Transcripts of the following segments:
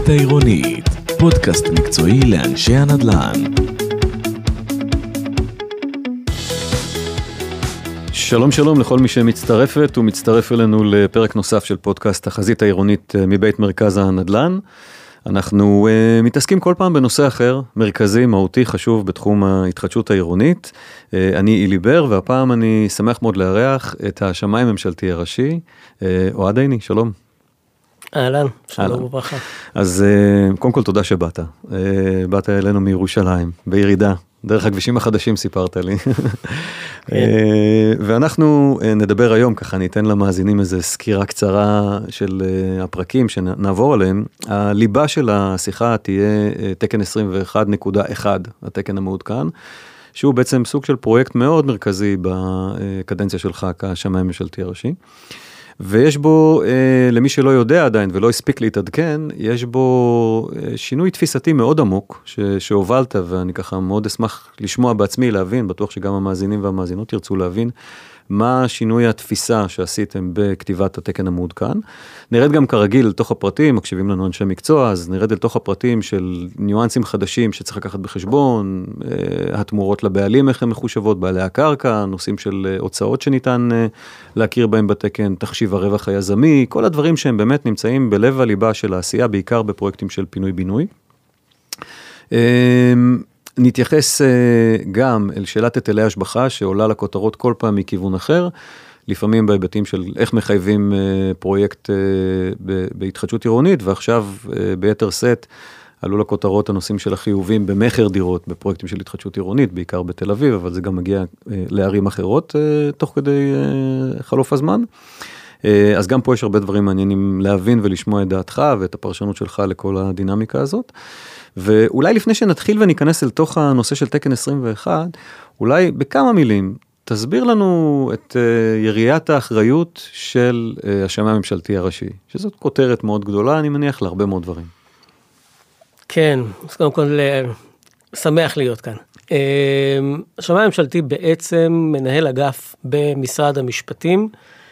העירונית, פודקאסט מקצועי לאנשי הנדל"ן. שלום שלום לכל מי שמצטרפת ומצטרף אלינו לפרק נוסף של פודקאסט החזית העירונית מבית מרכז הנדל"ן. אנחנו מתעסקים כל פעם בנושא אחר, מרכזי, מהותי, חשוב בתחום ההתחדשות העירונית. אני אילי בר, והפעם אני שמח מאוד לארח את השמאי הממשלתי הראשי, אוהד עיני, שלום. אהלן, שלום וברכה. אז קודם כל תודה שבאת. באת אלינו מירושלים, בירידה. דרך הכבישים החדשים סיפרת לי. ואנחנו נדבר היום, ככה ניתן למאזינים איזו סקירה קצרה של הפרקים שנעבור עליהם. הליבה של השיחה תהיה תקן 21.1, התקן המעודכן, שהוא בעצם סוג של פרויקט מאוד מרכזי בקדנציה שלך כשמאי הממשלתי הראשי. ויש בו, למי שלא יודע עדיין ולא הספיק להתעדכן, יש בו שינוי תפיסתי מאוד עמוק שהובלת, ואני ככה מאוד אשמח לשמוע בעצמי, להבין, בטוח שגם המאזינים והמאזינות ירצו להבין, מה שינוי התפיסה שעשיתם בכתיבת התקן המעודכן. נרד גם כרגיל לתוך הפרטים, מקשיבים לנו אנשי מקצוע, אז נרד לתוך הפרטים של ניואנסים חדשים שצריך לקחת בחשבון, התמורות לבעלים, איך הן מחושבות, בעלי הקרקע, נושאים של הוצאות שניתן להכיר בהם בתקן, תחשיב הרווח היזמי, כל הדברים שהם באמת נמצאים בלב הליבה של העשייה, בעיקר בפרויקטים של פינוי-בינוי. נתייחס גם אל שאלת היטלי השבחה, שעולה לכותרות כל פעם מכיוון אחר, לפעמים בהיבטים של איך מחייבים פרויקט בהתחדשות עירונית, ועכשיו ביתר סט עלו לכותרות הנושאים של החיובים במחר דירות, בפרויקטים של התחדשות עירונית, בעיקר בתל אביב, אבל זה גם מגיע לערים אחרות תוך כדי חלוף הזמן. אז גם פה יש הרבה דברים מעניינים להבין ולשמוע את דעתך ואת הפרשנות שלך לכל הדינמיקה הזאת. ואולי לפני שנתחיל וניכנס אל תוך הנושא של תקן 21, אולי בכמה מילים תסביר לנו את יריית האחריות של השמאי הממשלתי הראשי, שזאת כותרת מאוד גדולה, אני מניח, להרבה מאוד דברים. כן, אז קודם כל שמח להיות כאן. השמאי הממשלתי בעצם מנהל אגף במשרד המשפטים,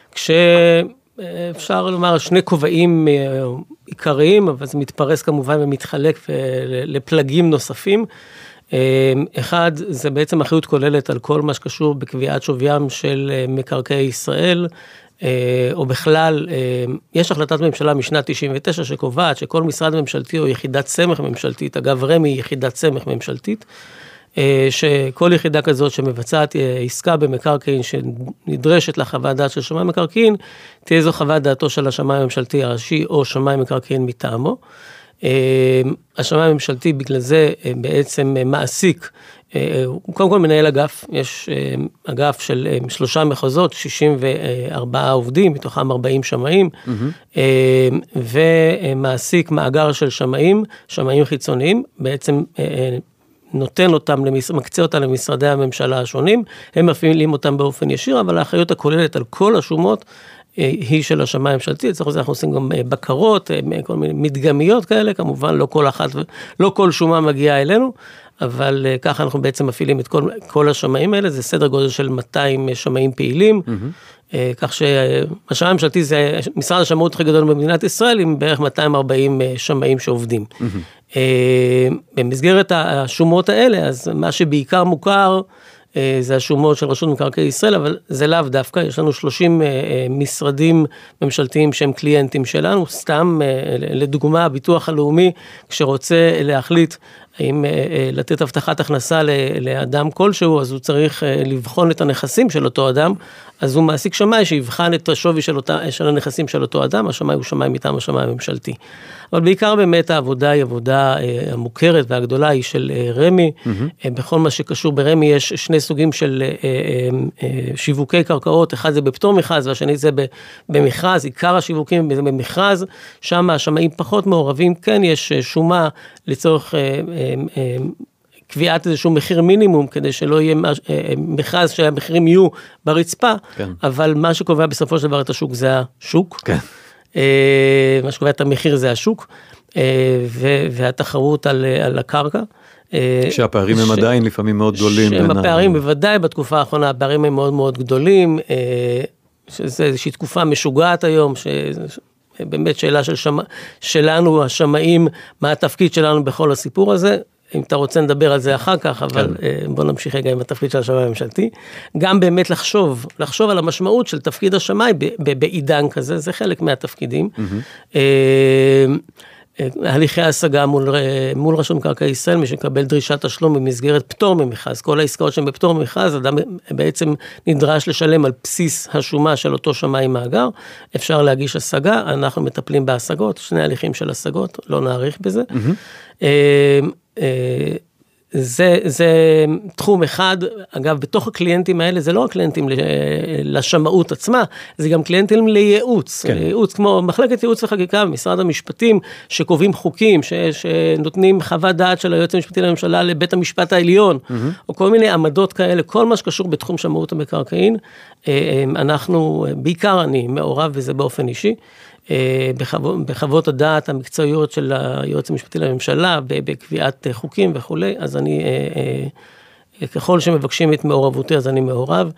כשאפשר לומר שני כובעים עיקריים, אבל זה מתפרס כמובן ומתחלק לפלגים נוספים. אחד, זה בעצם אחריות כוללת על כל מה שקשור בקביעת שוויים של מקרקעי ישראל, או בכלל, יש החלטת ממשלה משנת 99 שקובעת שכל משרד ממשלתי או יחידת סמך ממשלתית, אגב רמ"י היא יחידת סמך ממשלתית, שכל יחידה כזאת שמבצעת עסקה במקרקעין שנדרשת לחוות דעת של שמאי מקרקעין, תהיה זו חוות דעתו של השמאי הממשלתי הראשי או שמאי מקרקעין מטעמו. השמאי הממשלתי בגלל זה בעצם מעסיק, הוא קודם כל מנהל אגף, יש אגף של 3 מחוזות, 64 עובדים, מתוכם 40 שמאים, ומעסיק מאגר של שמאים חיצוניים, בעצם נותן אותם, מקצה אותם למשרדי הממשלה השונים, הם מפעילים אותם באופן ישיר, אבל האחריות הכוללת על כל השומות, היא של השמאי הממשלתי, אצלנו אנחנו עושים גם בקרות, כל מיני מדגמיות כאלה, כמובן לא כל שומה מגיעה אלינו, אבל ככה אנחנו בעצם מפעילים את כל השמאים האלה, זה סדר גודל של 200 שמאים פעילים, כך שהשמאי הממשלתי זה משרד השמאות הכי גדול במדינת ישראל, עם בערך 240 שמאים שעובדים. במסגרת השומות האלה, אז מה שבעיקר מוכר, זה השומות של רשות מקרקעי ישראל, אבל זה לאו דווקא, יש לנו 30 משרדים ממשלתיים שהם קליינטים שלנו, סתם לדוגמה, הביטוח הלאומי, כשרוצה להחליט האם לתת הבטחת הכנסה לאדם כלשהו, אז הוא צריך לבחון את הנכסים של אותו אדם, אז הוא מעסיק שמאי שיבחן את השווי של הנכסים של אותו אדם, השמאי הוא שמאי מטעם השמאי הממשלתי. אבל בעיקר באמת העבודה היא עבודה המוכרת והגדולה היא של רמ"י, בכל מה שקשור ברמ"י יש שני סוגים של שיווקי קרקעות, אחד זה בפטור מכרז והשני זה במכרז, עיקר השיווקים במכרז, שם השמאים פחות מעורבים, כן יש שומה לצורך קביעת איזשהו מחיר מינימום, כדי שלא יהיה מכרז שהמחירים יהיו ברצפה, כן. אבל מה שקובע בסופו של דבר את השוק זה השוק, כן. מה שקובע את המחיר זה השוק, והתחרות על הקרקע. שהפערים הם עדיין לפעמים מאוד גדולים. הפערים בוודאי בתקופה האחרונה, הפערים הם מאוד מאוד גדולים, שזה איזושהי תקופה משוגעת היום, באמת שאלה שלנו, השמאים, מה התפקיד שלנו בכל הסיפור הזה, אם אתה רוצה נדבר על זה אחר כך, אבל בוא נמשיך רגע עם התפקיד של השמאי הממשלתי. גם באמת לחשוב על המשמעות של תפקיד השמאי בעידן כזה, זה חלק מהתפקידים. הליכי ההשגה מול רשות מקרקעי ישראל, מי שקבל דרישת תשלום במסגרת פטור ממכרז, כל העסקאות שהן בפטור ממכרז, אדם בעצם נדרש לשלם על בסיס השומה של אותו שמאי מאגר, אפשר להגיש השגה, אנחנו מטפלים בהשגות, שני הליכים של השגות, לא נאריך בזה. זה תחום אחד, אגב, בתוך הקליינטים האלה, זה לא רק קליינטים לשמאות עצמה, זה גם קליינטים לייעוץ, לייעוץ כמו מחלקת ייעוץ וחקיקה במשרד המשפטים, שקובעים חוקים, שנותנים חוות דעת של היועץ המשפטי לממשלה לבית המשפט העליון, או כל מיני עמדות כאלה, כל מה שקשור בתחום שמאות המקרקעין, אנחנו, בעיקר אני מעורב בזה באופן אישי, בחוות הדעת המקצועיות של היועץ המשפטי לממשלה, בקביעת חוקים וכולי, אז אני, ככל שמבקשים את מעורבותי, אז אני מעורב.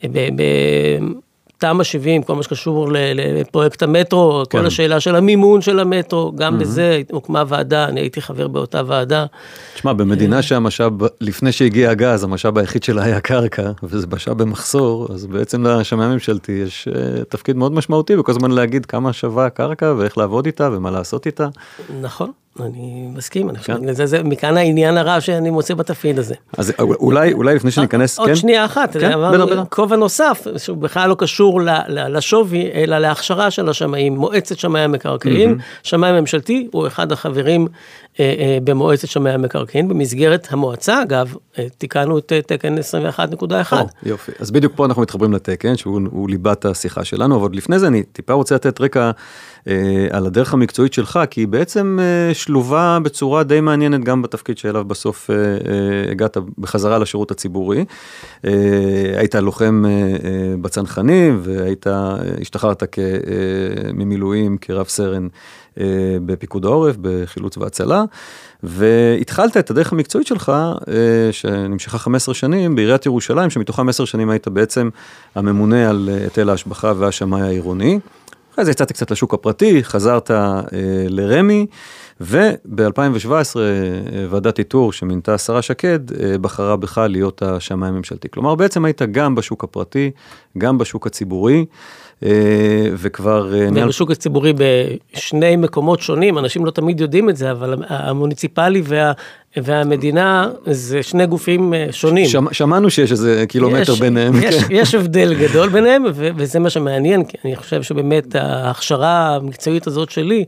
תמ"א 70, כל מה שקשור לפרויקט המטרו, כל השאלה של המימון של המטרו, גם בזה הוקמה ועדה, אני הייתי חבר באותה ועדה. תשמע, במדינה שהמשאב, לפני שהגיע הגז, המשאב היחיד שלה היה קרקע, וזה משאב במחסור, אז בעצם לשמאי הממשלתי יש תפקיד מאוד משמעותי, וכל הזמן להגיד כמה שווה הקרקע, ואיך לעבוד איתה, ומה לעשות איתה. נכון. אני מסכים, זה מכאן העניין הרב שאני מוצא בתפקיד הזה. אז אולי לפני שניכנס, עוד שנייה אחת, כובע נוסף, שהוא בכלל לא קשור לשווי, אלא להכשרה של השמאים, מועצת שמאי המקרקעין, שמאי ממשלתי הוא אחד החברים במועצת שמאי המקרקעין, במסגרת המועצה, אגב, תיקנו את תקן 21.1. יופי, אז בדיוק פה אנחנו מתחברים לתקן, שהוא ליבת השיחה שלנו, אבל לפני זה אני טיפה רוצה לתת רקע על הדרך המקצועית שלך, כי היא בעצם שלובה בצורה די מעניינת גם בתפקיד שאליו בסוף הגעת בחזרה לשירות הציבורי. היית לוחם בצנחנים, השתחררת ממילואים כרב סרן בפיקוד העורף, בחילוץ והצלה, והתחלת את הדרך המקצועית שלך, שנמשכה 15 שנים, בעיריית ירושלים, שמתוכם 10 שנים היית בעצם הממונה על היטל ההשבחה והשמאי העירוני. אחרי זה יצאתי קצת לשוק הפרטי, חזרת לרמי, וב-2017 ועדת איתור שמינתה שרה שקד, בחרה בך להיות השמאי הממשלתי. כלומר, בעצם היית גם בשוק הפרטי, גם בשוק הציבורי, וכבר... בשוק הציבורי בשני מקומות שונים, אנשים לא תמיד יודעים את זה, אבל המוניציפלי והמדינה זה שני גופים שונים. שמענו שיש איזה קילומטר ביניהם. יש הבדל גדול ביניהם, וזה מה שמעניין, כי אני חושב שבאמת ההכשרה המקצועית הזאת שלי,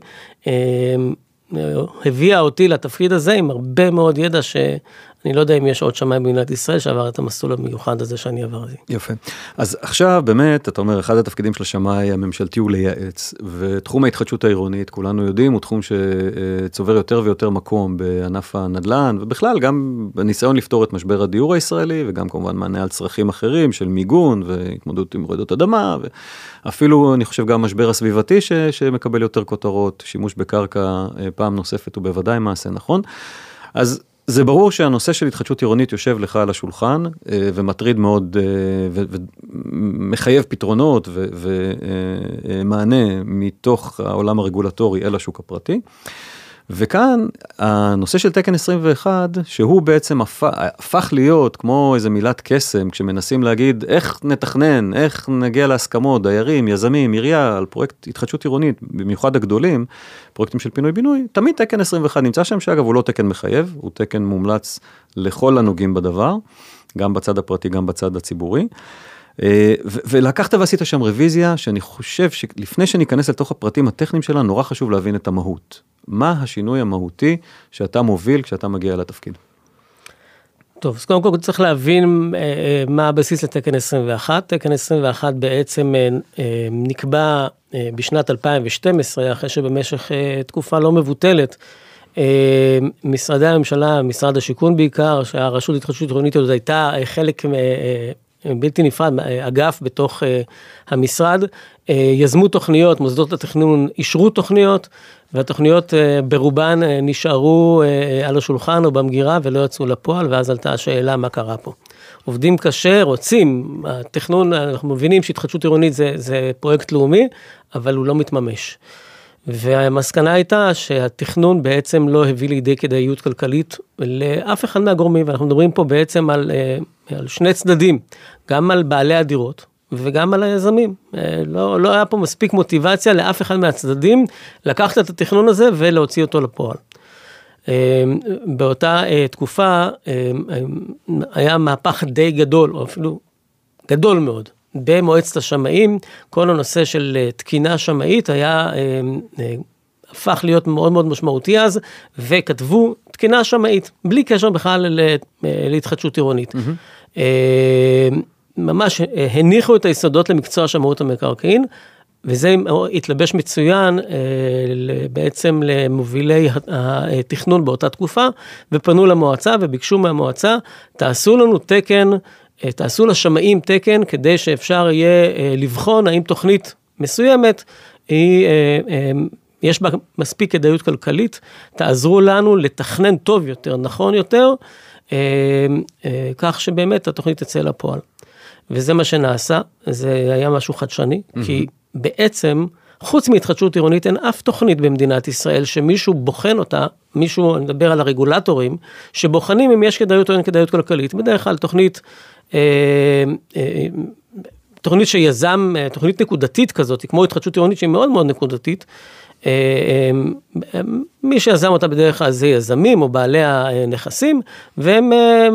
הביאה אותי לתפקיד הזה עם הרבה מאוד ידע שאני לא יודע אם יש עוד שמאי במדינת ישראל שעבר את המסלול המיוחד הזה שאני עברתי. יפה. אז עכשיו באמת, אתה אומר, אחד התפקידים של השמאי הממשלתי הוא לייעץ, ותחום ההתחדשות העירונית, כולנו יודעים, הוא תחום שצובר יותר ויותר מקום בענף הנדל"ן, ובכלל גם בניסיון לפתור את משבר הדיור הישראלי, וגם כמובן מענה על צרכים אחרים של מיגון והתמודדות עם רעידות אדמה, ואפילו אני חושב גם משבר הסביבתי שמקבל יותר כותרות, שימוש בקרקע פעם נוספת הוא בוודאי מעשה נכון. אז זה ברור שהנושא של התחדשות עירונית יושב לך על השולחן, ומטריד מאוד, ומחייב פתרונות ומענה מתוך העולם הרגולטורי אל השוק הפרטי. וכאן הנושא של תקן 21, שהוא בעצם הפך להיות כמו איזה מילת קסם, כשמנסים להגיד איך נתכנן, איך נגיע להסכמות, דיירים, יזמים, עירייה, על פרויקט התחדשות עירונית, במיוחד הגדולים, פרויקטים של פינוי-בינוי, תמיד תקן 21 נמצא שם, שאגב הוא לא תקן מחייב, הוא תקן מומלץ לכל הנוגעים בדבר, גם בצד הפרטי, גם בצד הציבורי. ולקחת ועשית שם רוויזיה, שאני חושב שלפני שניכנס לתוך הפרטים הטכניים שלה, נורא חשוב להבין את המהות. מה השינוי המהותי שאתה מוביל כשאתה מגיע לתפקיד? טוב, אז קודם כל צריך להבין מה הבסיס לתקן 21. תקן 21 בעצם נקבע בשנת 2012, אחרי שבמשך תקופה לא מבוטלת, משרדי הממשלה, משרד השיכון בעיקר, שהרשות להתחדשות עירונית עוד הייתה חלק בלתי נפרד, אגף בתוך המשרד, יזמו תוכניות, מוסדות התכנון אישרו תוכניות, והתוכניות ברובן נשארו על השולחן או במגירה ולא יצאו לפועל, ואז עלתה השאלה מה קרה פה. עובדים קשה, רוצים, התכנון, אנחנו מבינים שהתחדשות עירונית זה פרויקט לאומי, אבל הוא לא מתממש. והמסקנה הייתה שהתכנון בעצם לא הביא לידי כדאיות כלכלית לאף אחד מהגורמים, ואנחנו מדברים פה בעצם על שני צדדים, גם על בעלי הדירות וגם על היזמים. לא היה פה מספיק מוטיבציה לאף אחד מהצדדים לקחת את התכנון הזה ולהוציא אותו לפועל. באותה תקופה היה מהפך די גדול, או אפילו גדול מאוד, במועצת השמאים. כל הנושא של תקינה שמאית הפך להיות מאוד מאוד משמעותי אז, וכתבו תקינה שמאית, בלי קשר בכלל להתחדשות עירונית. ממש הניחו את היסודות למקצוע שמאות המקרקעין, וזה התלבש מצוין בעצם למובילי התכנון באותה תקופה, ופנו למועצה וביקשו מהמועצה, תעשו לנו תקן, תעשו לשמאים תקן, כדי שאפשר יהיה לבחון האם תוכנית מסוימת, יש בה מספיק כדאיות כלכלית, תעזרו לנו לתכנן טוב יותר, נכון יותר, כך שבאמת התוכנית תצא לפועל. וזה מה שנעשה, זה היה משהו חדשני, כי בעצם, חוץ מהתחדשות עירונית, אין אף תוכנית במדינת ישראל, שמישהו בוחן אותה, מישהו, אני מדבר על הרגולטורים, שבוחנים אם יש כדאיות או אין כדאיות כלכלית, בדרך כלל תוכנית שיזם, תוכנית נקודתית כזאת, כמו התחדשות עירונית שהיא מאוד מאוד נקודתית, מי שיזם אותה בדרך כלל זה יזמים או בעלי הנכסים, והם,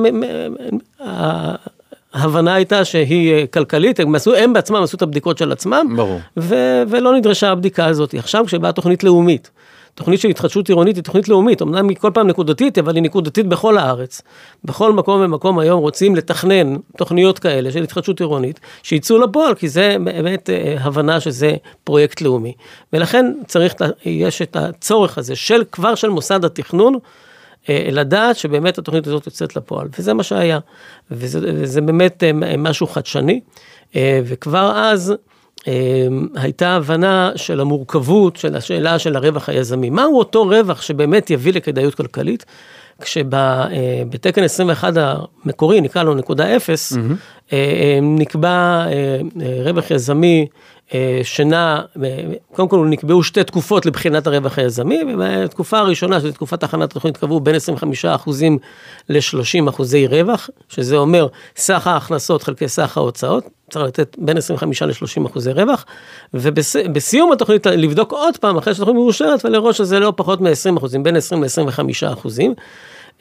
ההבנה הייתה שהיא כלכלית, הם בעצמם עשו את הבדיקות של עצמם, ולא נדרשה הבדיקה הזאת. עכשיו כשבאה תוכנית לאומית, תוכנית של התחדשות עירונית היא תוכנית לאומית, אמנם היא כל פעם נקודתית, אבל היא נקודתית בכל הארץ. בכל מקום ומקום היום רוצים לתכנן תוכניות כאלה של התחדשות עירונית, שיצאו לפועל, כי זה באמת הבנה שזה פרויקט לאומי. ולכן יש את הצורך הזה כבר של מוסד התכנון, לדעת שבאמת התוכנית הזאת יוצאת לפועל. וזה מה שהיה. וזה באמת משהו חדשני. וכבר אז הייתה הבנה של המורכבות, של השאלה של הרווח היזמי. מהו אותו רווח שבאמת יביא לכדאיות כלכלית? כשבתקן 21 המקורי, נקרא לו נקודה 0, נקבע רווח יזמי שנה, קודם כל נקבעו שתי תקופות לבחינת הרווח היזמי, ובתקופה הראשונה, שזו תקופת הכנת התוכנית, קבעו בין 25% ל-30% רווח, שזה אומר סך ההכנסות חלקי סך ההוצאות, צריך לתת בין 25 ל-30% רווח, ובסיום התוכנית לבדוק עוד פעם, אחרי שהתוכנית מאושרת, ולראות שזה לא פחות מ-20%, בין 20 ל-25%,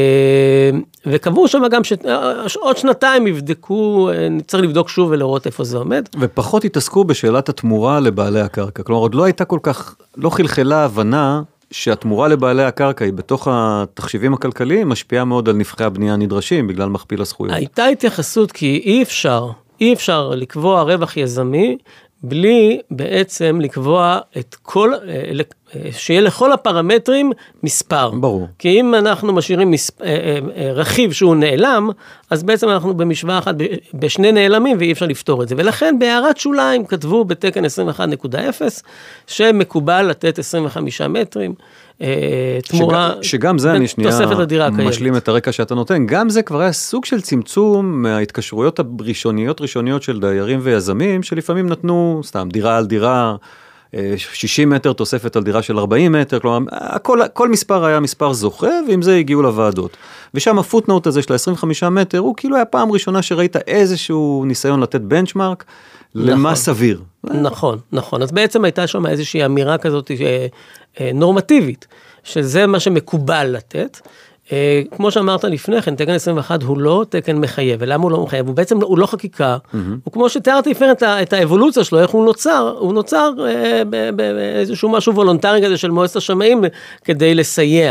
וקבעו שם גם שעוד שנתיים יבדקו, צריך לבדוק שוב ולראות איפה זה עומד. ופחות התעסקו בשאלת התמורה לבעלי הקרקע, כלומר עוד לא הייתה כל כך, לא חלחלה הבנה שהתמורה לבעלי הקרקע היא בתוך התחשיבים הכלכליים, משפיעה מאוד על נפחי הבנייה הנדרשים, בגלל מכפיל הזכויות. הייתה התייחסות כי אי אפשר לקבוע רווח יזמי, בלי בעצם לקבוע את כל, שיהיה לכל הפרמטרים מספר. ברור. כי אם אנחנו משאירים רכיב שהוא נעלם, אז בעצם אנחנו במשוואה אחת, בשני נעלמים, ואי אפשר לפתור את זה. ולכן בהערת שוליים כתבו בתקן 21.0, שמקובל לתת 25 מטרים, תמורה, שגם זה אני שנייה תוספת לדירה הקיימת. משלים את הרקע שאתה נותן, גם זה כבר היה סוג של צמצום מההתקשרויות הראשוניות של דיירים ויזמים, שלפעמים נתנו סתם דירה על דירה, 60 מטר תוספת על דירה של 40 מטר, כלומר, כל מספר היה מספר זוכה, ועם זה הגיעו לוועדות. ושם הפוטנוט הזה של ה-25 מטר, הוא כאילו היה פעם ראשונה שראית איזשהו ניסיון לתת בנצ'מרק, למה סביר. נכון. אז בעצם הייתה שם איזושהי אמירה כזאת נורמטיבית, שזה מה שמקובל לתת. כמו שאמרת לפני כן, תקן 21 הוא לא תקן מחייב, ולמה הוא לא מחייב? הוא בעצם לא חקיקה, הוא כמו שתיארתי לפני את האבולוציה שלו, איך הוא נוצר באיזשהו משהו וולונטרי כזה של מועצת השמאים, כדי לסייע.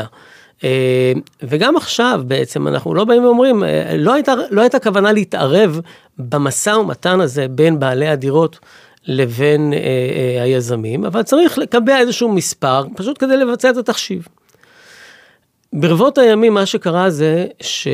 וגם עכשיו בעצם אנחנו לא באים ואומרים, לא הייתה כוונה להתערב במשא ומתן הזה בין בעלי הדירות לבין היזמים, אבל צריך לקבע איזשהו מספר, פשוט כדי לבצע את התחשיב. ברבות הימים מה שקרה זה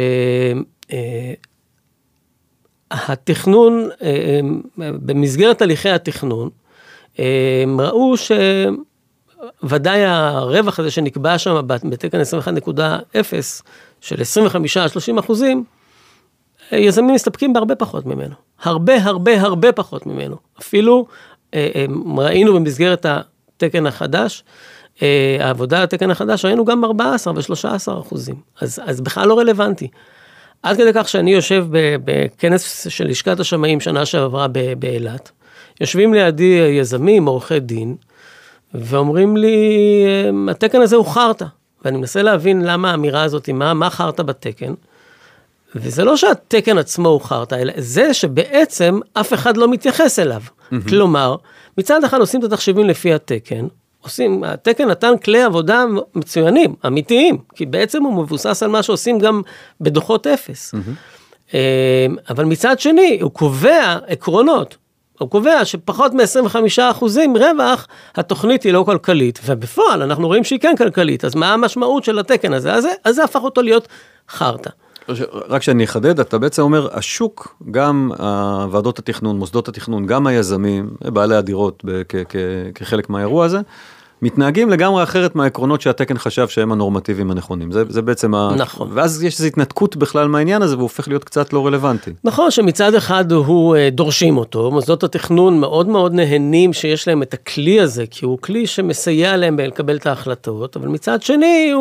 שהתכנון, במסגרת הליכי התכנון, ראו שוודאי הרווח הזה שנקבע שם בתקן 21.0 של 25-30%, יזמים מסתפקים בהרבה פחות ממנו. הרבה פחות ממנו. אפילו ראינו במסגרת התקן החדש, העבודה על התקן החדש, ראינו גם 14 ו-13%. אז בכלל לא רלוונטי. עד כדי כך שאני יושב בכנס של לשכת השמאים שנה שעברה באילת, יושבים לידי יזמים, עורכי דין, ואומרים לי, התקן הזה הוא חרטה. ואני מנסה להבין למה האמירה הזאת, מה חרטה בתקן, וזה לא שהתקן עצמו הוא חרטה, אלא זה שבעצם אף אחד לא מתייחס אליו. כלומר, מצד אחד עושים את התחשיבים לפי התקן, התקן נתן כלי עבודה מצוינים, אמיתיים, כי בעצם הוא מבוסס על מה שעושים גם בדוחות אפס. אבל מצד שני, הוא קובע עקרונות, הוא קובע שפחות מ-25% רווח, התוכנית היא לא כלכלית, ובפועל אנחנו רואים שהיא כן כלכלית, אז מה המשמעות של התקן הזה? אז זה הפך אותו להיות חרטה. רק שאני אחדד, אתה בעצם אומר, השוק, גם ועדות התכנון, מוסדות התכנון, גם היזמים, בעלי הדירות כחלק מהאירוע הזה, מתנהגים לגמרי אחרת מהעקרונות שהתקן חשב שהם הנורמטיביים הנכונים. זה בעצם נכון. ואז יש איזו התנתקות בכלל מהעניין הזה, והוא הופך להיות קצת לא רלוונטי. נכון, שמצד אחד הוא דורשים אותו, מוסדות התכנון מאוד מאוד נהנים שיש להם את הכלי הזה, כי הוא כלי שמסייע להם לקבל את ההחלטות, אבל מצד שני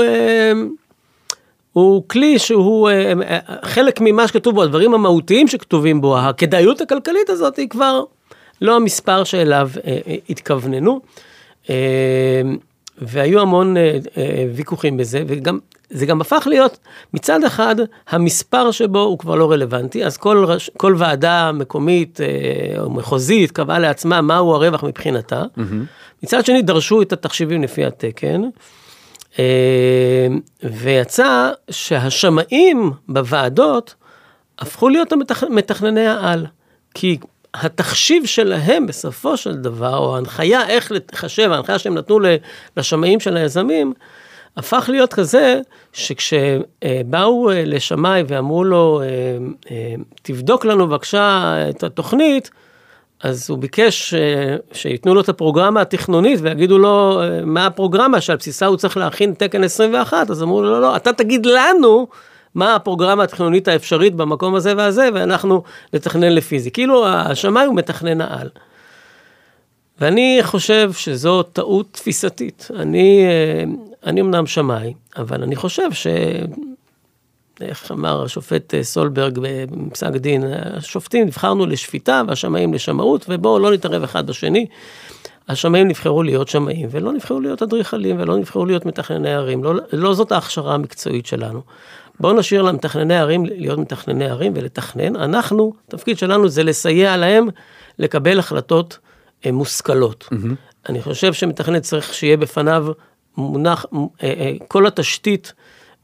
הוא כלי שהוא חלק ממה שכתוב בו, הדברים המהותיים שכתובים בו, הכדאיות הכלכלית הזאת היא כבר לא המספר שאליו התכווננו, והיו המון ויכוחים בזה, וזה גם הפך להיות, מצד אחד, המספר שבו הוא כבר לא רלוונטי, אז כל ועדה מקומית או מחוזית קבעה לעצמה מהו הרווח מבחינתה, מצד שני דרשו את התחשיבים לפי התקן, ויצא שהשמאים בוועדות הפכו להיות מתכנני העל, כי התחשיב שלהם בסופו של דבר, או ההנחיה איך לחשב, ההנחיה שהם נתנו לשמאים של היזמים, הפך להיות כזה שכשבאו לשמאי ואמרו לו, תבדוק לנו בבקשה את התוכנית, אז הוא ביקש שיתנו לו את הפרוגרמה התכנונית, ויגידו לו מה הפרוגרמה שעל בסיסה הוא צריך להכין תקן 21, אז אמרו לו, לא, אתה תגיד לנו מה הפרוגרמה התכנונית האפשרית במקום הזה והזה, ואנחנו נתכנן לפי זה. כאילו השמאי הוא מתכנן העל. ואני חושב שזו טעות תפיסתית. אני אמנם שמאי, אבל אני חושב איך אמר השופט סולברג בפסק דין, השופטים נבחרנו לשפיטה והשמאים לשמאות, ובואו לא נתערב אחד בשני. השמאים נבחרו להיות שמאים, ולא נבחרו להיות אדריכלים, ולא נבחרו להיות מתכנני ערים. לא זאת ההכשרה המקצועית שלנו. בואו נשאיר למתכנני ערים להיות מתכנני ערים ולתכנן. אנחנו, התפקיד שלנו זה לסייע להם לקבל החלטות מושכלות. אני חושב שמתכנן צריך שיהיה בפניו מונח, כל התשתית,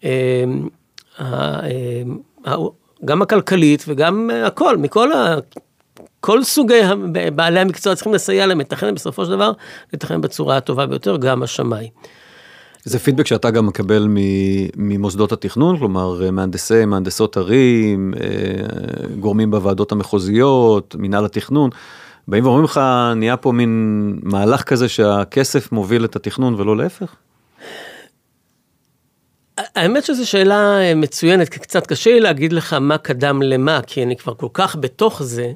גם הכלכלית וגם הכל, כל סוגי בעלי המקצוע צריכים לסייע למתכנן בסופו של דבר, לתכנן בצורה הטובה ביותר, גם השמאי. זה פידבק שאתה גם מקבל ממוסדות התכנון, כלומר מהנדסות ערים, גורמים בוועדות המחוזיות, מנהל התכנון, באים ואומרים לך, נהיה פה מין מהלך כזה שהכסף מוביל את התכנון ולא להפך? האמת שזו שאלה מצוינת, כי קצת קשה לי להגיד לך מה קדם למה, כי אני כבר כל כך בתוך זה,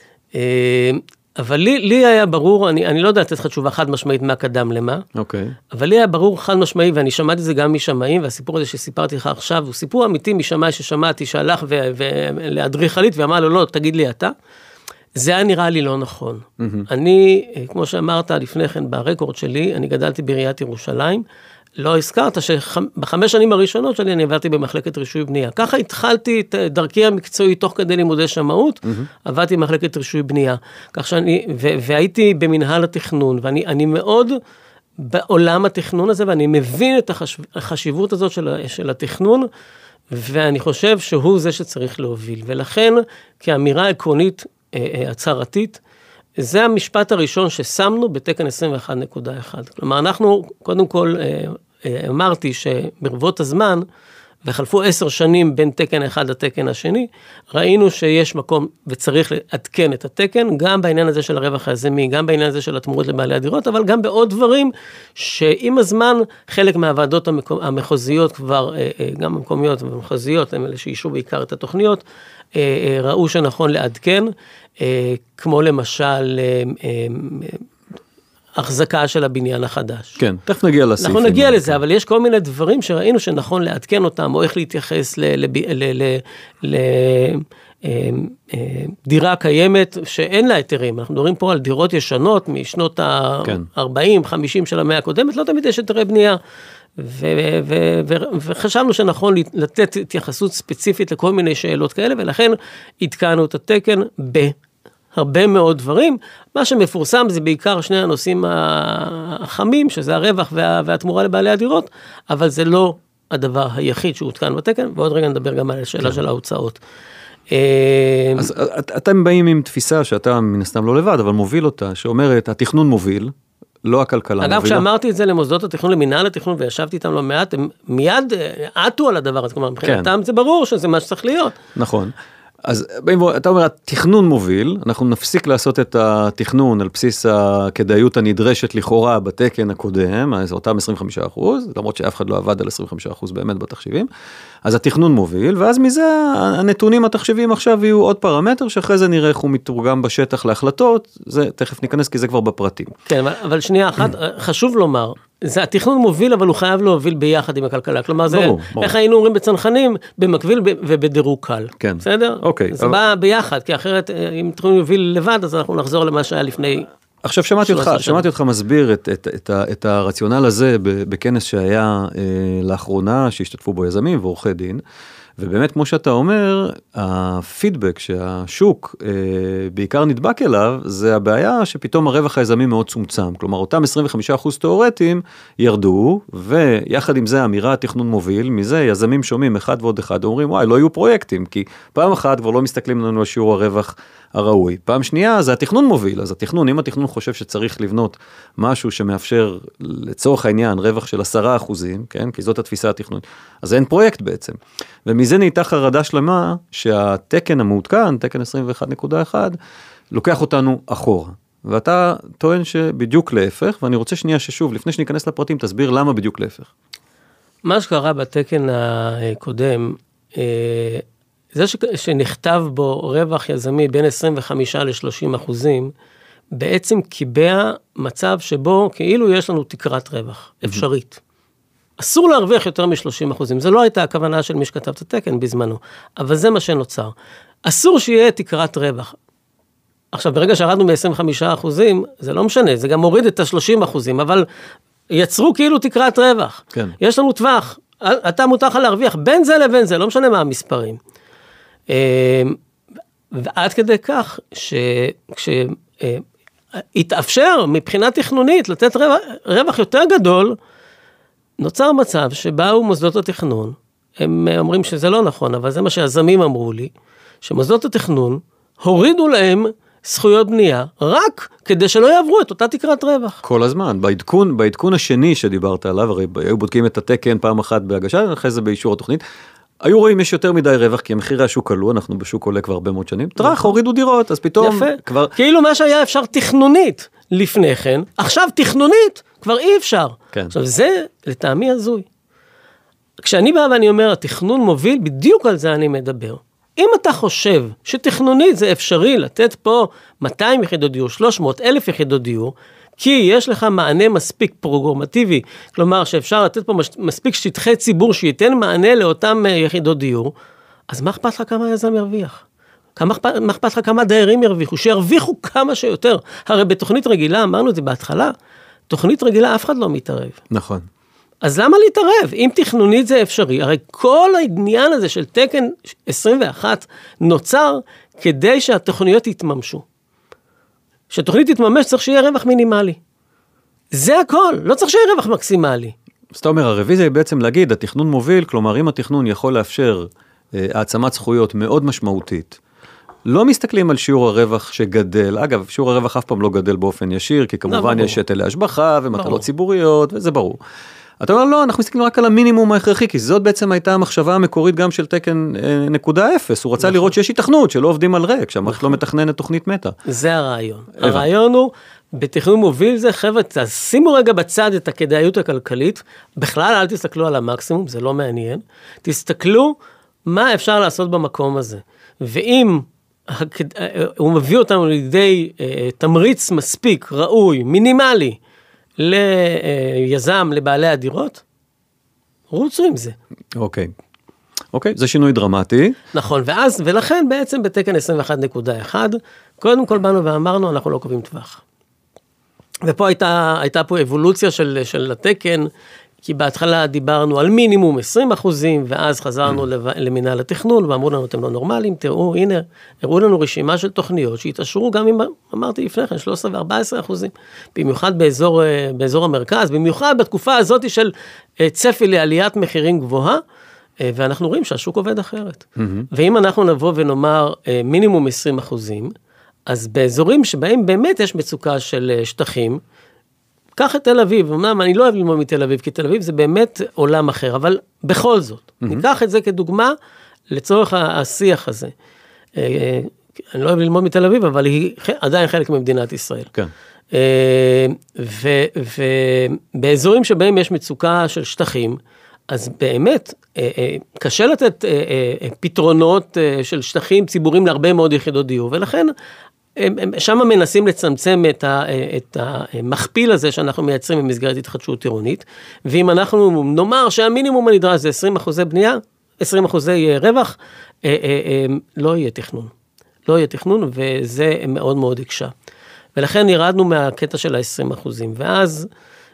אבל לי היה ברור, אני לא יודע לתת לך תשובה חד משמעית מה קדם למה, אבל לי היה ברור חד משמעי, ואני שמעתי זה גם משמאים, והסיפור הזה שסיפרתי לך עכשיו, הוא סיפור אמיתי משמאי ששמעתי, שהלך לאדריכלית ואמר לו, לא, תגיד לי אתה, זה היה נראה לי לא נכון. אני, כמו שאמרת לפני כן ברקורד שלי, אני גדלתי בעיריית ירושלים, לא הזכרת שבחמש שנים הראשונות שלי אני עבדתי במחלקת רישוי בנייה. ככה התחלתי את דרכי המקצועית תוך כדי לימודי שמאות, עבדתי במחלקת רישוי בנייה. כך שאני, והייתי במנהל התכנון, ואני מאוד בעולם התכנון הזה, ואני מבין את החשיבות הזאת של התכנון, ואני חושב שהוא זה שצריך להוביל. ולכן, כאמירה עקרונית הצהרתית, זה המשפט הראשון ששמנו בתקן 21.1. כלומר, אנחנו, קודם כל, אמרתי שברבות הזמן, וחלפו 10 שנים בין תקן אחד לתקן השני, ראינו שיש מקום וצריך לעדכן את התקן, גם בעניין הזה של הרווח היזמי, גם בעניין הזה של התמורות לבעלי הדירות, אבל גם בעוד דברים שעם הזמן, חלק מהוועדות המחוזיות כבר, גם המקומיות והמחוזיות, הם אלה שאישרו בעיקר את התוכניות, ראו שנכון לעדכן, כמו למשל ההחזקה של הבניין החדש. כן, תכף נגיע לסעיפים. אנחנו נגיע לזה, אבל יש כל מיני דברים שראינו שנכון לעדכן אותם, או איך להתייחס דירה קיימת שאין לה היתרים. אנחנו מדברים פה על דירות ישנות משנות ה-40, 50 של המאה הקודמת, לא תמיד יש היתרי בנייה. וחשבנו שנכון לתת התייחסות ספציפית לכל מיני שאלות כאלה, ולכן התקנו את התקן בהרבה מאוד דברים. מה שמפורסם זה בעיקר שני הנושאים החמים, שזה הרווח והתמורה לבעלי הדירות, אבל זה לא הדבר היחיד שהותקן בתקן, ועוד רגע נדבר גם על השאלה של ההוצאות. אז אתם באים עם תפיסה שאתה מן הסתם לא לבד, אבל מוביל אותה, שאומרת, התכנון מוביל, לא הכלכלה מובילה. אגב, כשאמרתי את זה למוסדות התכנון, למנהל התכנון, וישבתי איתם לא מעט, הם מיד עטו על הדבר הזה, כלומר, מבחינתם זה ברור שזה מה שצריך להיות. נכון. אז אתה אומר, התכנון מוביל, אנחנו נפסיק לעשות את התכנון על בסיס הכדאיות הנדרשת לכאורה בתקן הקודם, אז אותם 25%, למרות שאף אחד לא עבד על 25% באמת בתחשיבים, אז התכנון מוביל, ואז מזה הנתונים התחשיבים עכשיו יהיו עוד פרמטר, שאחרי זה נראה איך הוא מתורגם בשטח להחלטות, זה תכף ניכנס כי זה כבר בפרטים. כן, אבל שנייה אחת, חשוב לומר, זה התכנון מוביל, אבל הוא חייב להוביל ביחד עם הכלכלה. כלומר, זה איך היינו אומרים בצנחנים, במקביל ובדירוג קל. כן. בסדר? אוקיי. זה בא ביחד, כי אחרת, אם תכנון יוביל לבד, אז אנחנו נחזור למה שהיה לפני. עכשיו שמעתי אותך מסביר את הרציונל הזה בכנס שהיה לאחרונה, שהשתתפו בו יזמים ועורכי דין, ובאמת כמו שאתה אומר, הפידבק שהשוק בעיקר נדבק אליו, זה הבעיה שפתאום הרווח היזמי מאוד צומצם, כלומר אותם 25% תיאורטיים ירדו, ויחד עם זה אמירה התכנון מוביל, מזה יזמים שומעים אחד ועוד אחד, אומרים וואי לא יהיו פרויקטים, כי פעם אחת כבר לא מסתכלים לנו על שיעור הרווח הראוי, פעם שנייה זה התכנון מוביל, אז התכנון, אם התכנון חושב שצריך לבנות משהו שמאפשר לצורך העניין רווח של 10%, כן? כי זאת התפיסה התכנונית, אז אין פרויקט בעצם, ומזה נהייתה חרדה שלמה שהתקן המעודכן, תקן 21.1, לוקח אותנו אחורה. ואתה טוען שבדיוק להפך, ואני רוצה שנייה ששוב, לפני שניכנס לפרטים, תסביר למה בדיוק להפך. מה שקרה בתקן הקודם, זה שנכתב בו רווח יזמי בין 25 ל-30%, בעצם קיבע מצב שבו כאילו יש לנו תקרת רווח אפשרית. אסור להרוויח יותר מ-30%, זה לא הייתה הכוונה של מי שכתב את התקן בזמנו, אבל זה מה שנוצר. אסור שיהיה תקרת רווח. עכשיו, ברגע שהרדנו מ-25%, זה לא משנה, זה גם מוריד את ה-30%, אבל יצרו כאילו תקרת רווח. כן. יש לנו טווח, אתה מותר לך להרוויח בין זה לבין זה, לא משנה מה המספרים. ועד כדי כך, כשהתאפשר מבחינה תכנונית לתת רווח יותר גדול, נוצר מצב שבאו מוסדות התכנון, הם אומרים שזה לא נכון, אבל זה מה שהזמים אמרו לי, שמוסדות התכנון הורידו להם זכויות בנייה, רק כדי שלא יעברו את אותה תקרת רווח. כל הזמן, בעדכון השני שדיברת עליו, הרי היו בודקים את התקן פעם אחת בהגשה, אחרי זה באישור התוכנית, היו רואים יש יותר מדי רווח, כי המחירי השוק עלו, אנחנו בשוק עולה כבר הרבה מאוד שנים, טרח, הורידו דירות, אז פתאום כבר... כאילו מה שהיה אפשר תכנונית לפני כן, עכשיו תכנונית כבר אי אפשר. כן. עכשיו זה לטעמי הזוי. כשאני בא ואני אומר, התכנון מוביל, בדיוק על זה אני מדבר. אם אתה חושב שתכנונית זה אפשרי לתת פה 200 יחידות דיור, 300, 1,000 יחידות דיור, כי יש לך מענה מספיק פרוגרמטיבי, כלומר שאפשר לתת פה מספיק שטחי ציבור שייתן מענה לאותם יחידות דיור, אז מה אכפת לך כמה יזם ירוויח? מה אכפת לך כמה דיירים ירוויחו? שירוויחו כמה שיותר. הרי בתוכנית רגילה, אמרנו את זה בהתחלה, תוכנית רגילה אף אחד לא מתערב. נכון. אז למה להתערב? אם תכנונית זה אפשרי, הרי כל העניין הזה של תקן 21 נוצר כדי שהתוכניות יתממשו. שהתוכנית תתממש צריך שיהיה רווח מינימלי. זה הכל, לא צריך שיהיה רווח מקסימלי. אז אתה אומר, הרוויזיה היא בעצם להגיד, התכנון מוביל, כלומר אם התכנון יכול לאפשר העצמת זכויות מאוד משמעותית, לא מסתכלים על שיעור הרווח שגדל, אגב, שיעור הרווח אף פעם לא גדל באופן ישיר, כי כמובן יש היטלי השבחה ומטלות ציבוריות, וזה ברור. אתה אומר, לא, אנחנו מסתכלים רק על המינימום ההכרחי, כי זאת בעצם הייתה המחשבה המקורית גם של תקן 0.0, הוא רצה לראות שיש התכנות, שלא עובדים על ריק, שהמערכת לא מתכננת תוכנית מטה. זה הרעיון. הרעיון הוא, בתכנון מוביל זה, חבר'ה, שימו רגע בצד את הכדאיות הכלכלית, בכלל אל תסתכלו על המקסימום, זה לא מעניין, תסתכלו מה אפשר לעשות במקום הזה. ואם הוא מביא אותנו לידי תמריץ מספיק, ראוי, מינימלי, ליזם, לבעלי הדירות, רוצו עם זה. אוקיי. אוקיי, זה שינוי דרמטי. נכון, ולכן בעצם בתקן 21.1, קודם כל באנו ואמרנו, אנחנו לא קובעים טווח. ופה הייתה פה אבולוציה של התקן, כי בהתחלה דיברנו על מינימום 20%, ואז חזרנו למנהל התכנון, ואמרו לנו, אתם לא נורמליים, תראו, הנה, הראו לנו רשימה של תוכניות, שהתאשרו גם אם, אמרתי לפני כן, 13 ו-14%, במיוחד באזור המרכז, במיוחד בתקופה הזאת של צפי לעליית מחירים גבוהה, ואנחנו רואים שהשוק עובד אחרת. ואם אנחנו נבוא ונאמר מינימום 20%, אז באזורים שבהם באמת יש מצוקה של שטחים, קח את תל אביב, אמנם אני לא אוהב ללמוד מתל אביב, כי תל אביב זה באמת עולם אחר, אבל בכל זאת, ניקח את זה כדוגמה לצורך השיח הזה. אני לא אוהב ללמוד מתל אביב, אבל היא עדיין חלק ממדינת ישראל. כן. ובאזורים שבהם יש מצוקה של שטחים, אז באמת קשה לתת פתרונות של שטחים ציבוריים להרבה מאוד יחידות דיור, ולכן שם מנסים לצמצם את המכפיל הזה שאנחנו מייצרים במסגרת התחדשות עירונית, ואם אנחנו נאמר שהמינימום הנדרש זה 20% בנייה, 20% רווח, לא יהיה תכנון. לא יהיה תכנון, וזה מאוד מאוד יקשה. ולכן ירדנו מהקטע של ה-20%, ואז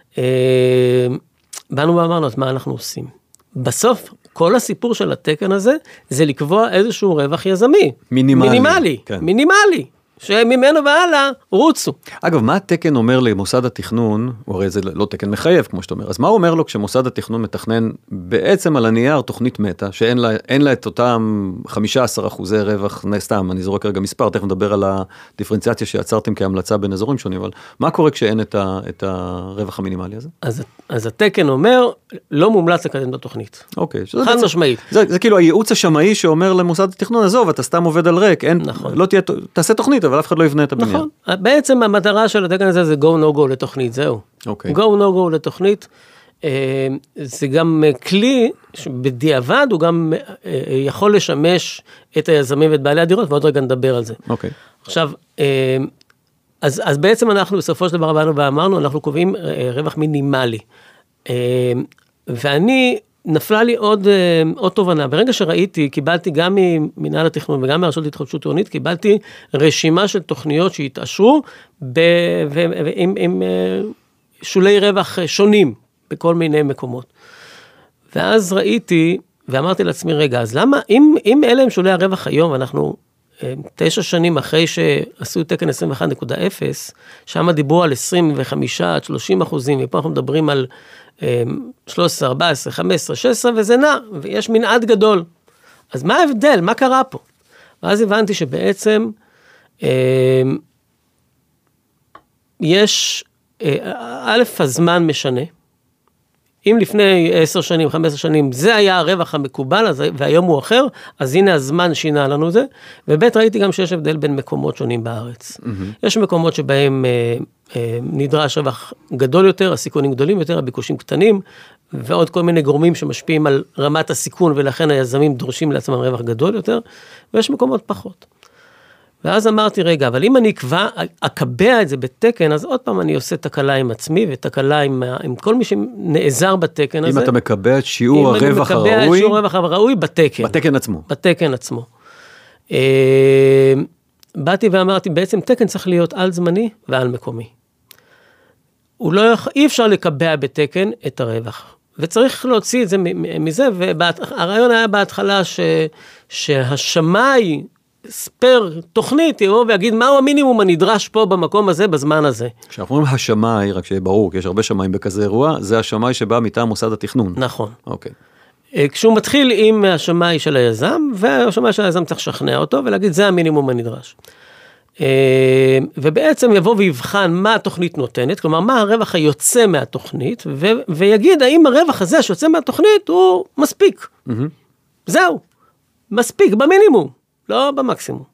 באנו ואמרנו, מה אנחנו עושים? בסוף, כל הסיפור של התקן הזה, זה לקבוע איזשהו רווח יזמי. מינימלי. כן. מינימלי. שממנו והלאה רוצו. אגב, מה התקן אומר למוסד התכנון, או הרי זה לא תקן מחייב, כמו שאתה אומר, אז מה הוא אומר לו כשמוסד התכנון מתכנן בעצם על הנייר תוכנית מטה, שאין לה את אותם 15% רווח, סתם, אני זורק רגע מספר, תכף נדבר על הדיפרנציאציה שיצרתם כהמלצה בין אזורים שונים, אבל מה קורה כשאין את הרווח המינימלי הזה? אז התקן אומר, לא מומלץ לקדם בתוכנית. אוקיי. חד משמעית. זה כאילו הייעוץ השמאי שאומר למוסד התכנון, עזוב, אתה סתם עובד על ריק, לא תעשה תוכנית, אבל אף אחד לא יבנה את הבניין. נכון. בעצם המטרה של התקן הזה זה go no go לתוכנית, זהו. אוקיי. go no go לתוכנית, זה גם כלי שבדיעבד הוא גם יכול לשמש את היזמים ואת בעלי הדירות, ועוד רגע נדבר על זה. אוקיי. עכשיו, אז בעצם אנחנו בסופו של דבר באנו ואמרנו, אנחנו קובעים רווח מינימלי. ואני נפלה לי עוד תובנה. ברגע שראיתי, קיבלתי גם ממנהל התכנון וגם מהרשות להתחדשות עירונית, קיבלתי רשימה של תוכניות שהתאשרו עם שולי רווח שונים בכל מיני מקומות. ואז ראיתי ואמרתי לעצמי, רגע, אז למה, אם אלה הם שולי הרווח היום, ואנחנו 9 שנים אחרי שעשו תקן 21.0, שם דיברו על 25-30%, ופה אנחנו מדברים על 13, 14, 15, 16, וזה נע, ויש מנעד גדול. אז מה ההבדל? מה קרה פה? ואז הבנתי שבעצם יש, א', הזמן משנה. אם לפני 10 שנים, 15 שנים, זה היה הרווח המקובל, והיום הוא אחר, אז הנה הזמן שינה לנו זה, וב' ראיתי גם שיש הבדל בין מקומות שונים בארץ. יש מקומות שבהם נדרש רווח גדול יותר, הסיכונים גדולים יותר, הביקושים קטנים, ועוד כל מיני גורמים שמשפיעים על רמת הסיכון, ולכן היזמים דורשים לעצמם רווח גדול יותר, ויש מקומות פחות. ואז אמרתי, רגע, אבל אם אני אקבע את זה בתקן, אז עוד פעם אני עושה תקלה עם עצמי, ותקלה עם כל מי שנעזר בתקן הזה. אם אתה מקבע את שיעור הרווח הראוי. אם אני מקבע את שיעור הרווח הראוי בתקן. בתקן עצמו. בתקן עצמו. באתי ואמרתי, בעצם תקן צריך להיות על זמני ועל מקומי. אי אפשר לקבע בתקן את הרווח. וצריך להוציא את זה מזה, והרעיון היה בהתחלה שהשמאי, ספר תוכנית, יבוא ויגיד מהו המינימום הנדרש פה במקום הזה, בזמן הזה. כשאנחנו אומרים השמאי, רק שיהיה ברור, כי יש הרבה שמאים בכזה אירוע, זה השמאי שבא מטעם מוסד התכנון. נכון. אוקיי. כשהוא מתחיל עם השמאי של היזם, והשמאי של היזם צריך לשכנע אותו, ולהגיד זה המינימום הנדרש. ובעצם יבוא ויבחן מה התוכנית נותנת, כלומר מה הרווח היוצא מהתוכנית, ויגיד האם הרווח הזה שיוצא מהתוכנית הוא מספיק. זהו, מספיק במינימום. לא במקסימום.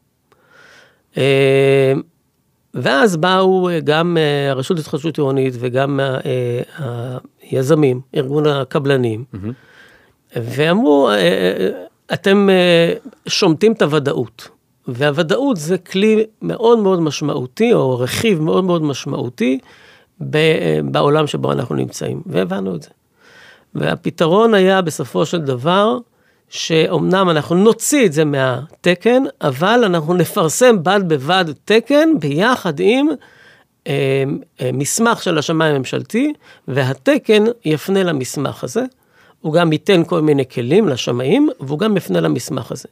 ואז באו גם הרשות להתחדשות עירונית וגם היזמים, ארגון הקבלנים, ואמרו, אתם שומטים את הוודאות, והוודאות זה כלי מאוד מאוד משמעותי, או רכיב מאוד מאוד משמעותי, בעולם שבו אנחנו נמצאים, והבנו את זה. והפתרון היה בסופו של דבר, שאומנם אנחנו נוציא את זה מהתקן, אבל אנחנו נפרסם בד בבד תקן, ביחד עם מסמך של השמאי הממשלתי, והתקן יפנה למסמך הזה, הוא גם ייתן כל מיני כלים לשמאים, והוא גם יפנה למסמך הזה.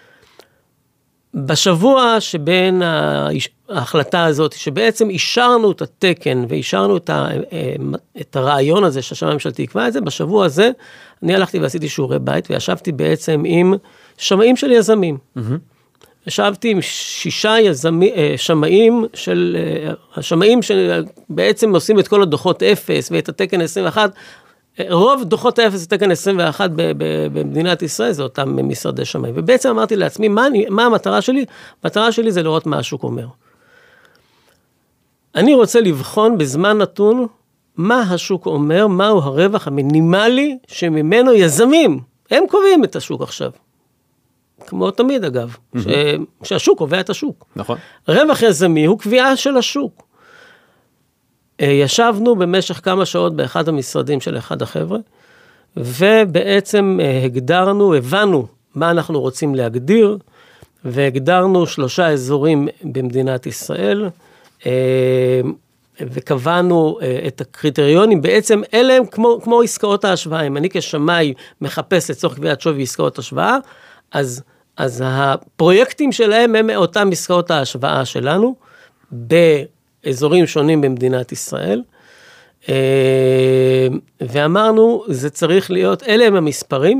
בשבוע שבין ההחלטה הזאת, שבעצם אישרנו את התקן, ואישרנו את הרעיון הזה שהשמאי הממשלתי יקבע את זה, בשבוע הזה אני הלכתי ועשיתי שיעורי בית, וישבתי בעצם עם שמאים של יזמים. ישבתי עם 6 שמאים השמאים שבעצם עושים את כל הדוחות 0, ואת התקן 21, רוב דוחות האפס זה תקן 21 במדינת ישראל, זה אותם משרדי שמאים. ובעצם אמרתי לעצמי, מה המטרה שלי? המטרה שלי זה לראות מה השוק אומר. אני רוצה לבחון בזמן נתון, מה השוק אומר, מהו הרווח המינימלי שממנו יזמים. הם קובעים את השוק עכשיו. כמו תמיד אגב, שהשוק קובע את השוק. נכון. רווח יזמי הוא קביעה של השוק. ישבנו במשך כמה שעות באחד המשרדים של אחד החבר'ה, ובעצם הבנו מה אנחנו רוצים להגדיר, והגדרנו 3 אזורים במדינת ישראל, וקבענו את הקריטריונים, בעצם אלה הם כמו עסקאות ההשוואה, אם אני כשמאי מחפש לצורך קביעת שווי עסקאות השוואה, אז הפרויקטים שלהם הם אותם עסקאות ההשוואה שלנו, באזורים שונים במדינת ישראל, ואמרנו, זה צריך להיות, אלה הם המספרים,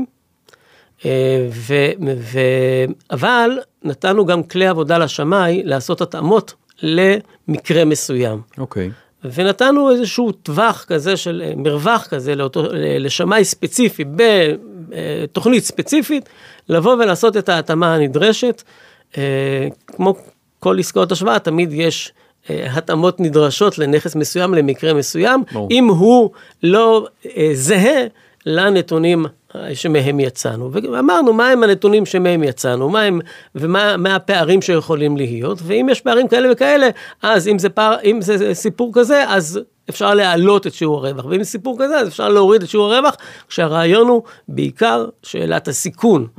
אבל נתנו גם כלי עבודה לשמאי, לעשות התאמות למקרה מסוים. אוקיי. ונתנו איזשהו טווח כזה, של מרווח כזה, לשמאי ספציפי, בתוכנית ספציפית, לבוא ולעשות את ההתאמה הנדרשת, כמו כל עסקאות השוואה, תמיד יש התאמות נדרשות לנכס מסוים, למקרה מסוים, אם הוא לא זהה לנתונים שמהם יצאנו. ואמרנו, מה הם הנתונים שמהם יצאנו, ומה הפערים שיכולים להיות, ואם יש פערים כאלה וכאלה, אז אם זה סיפור כזה, אז אפשר להעלות את שיעור הרווח, ואם זה סיפור כזה, אז אפשר להוריד את שיעור הרווח, כשהרעיון הוא בעיקר שאלת הסיכון,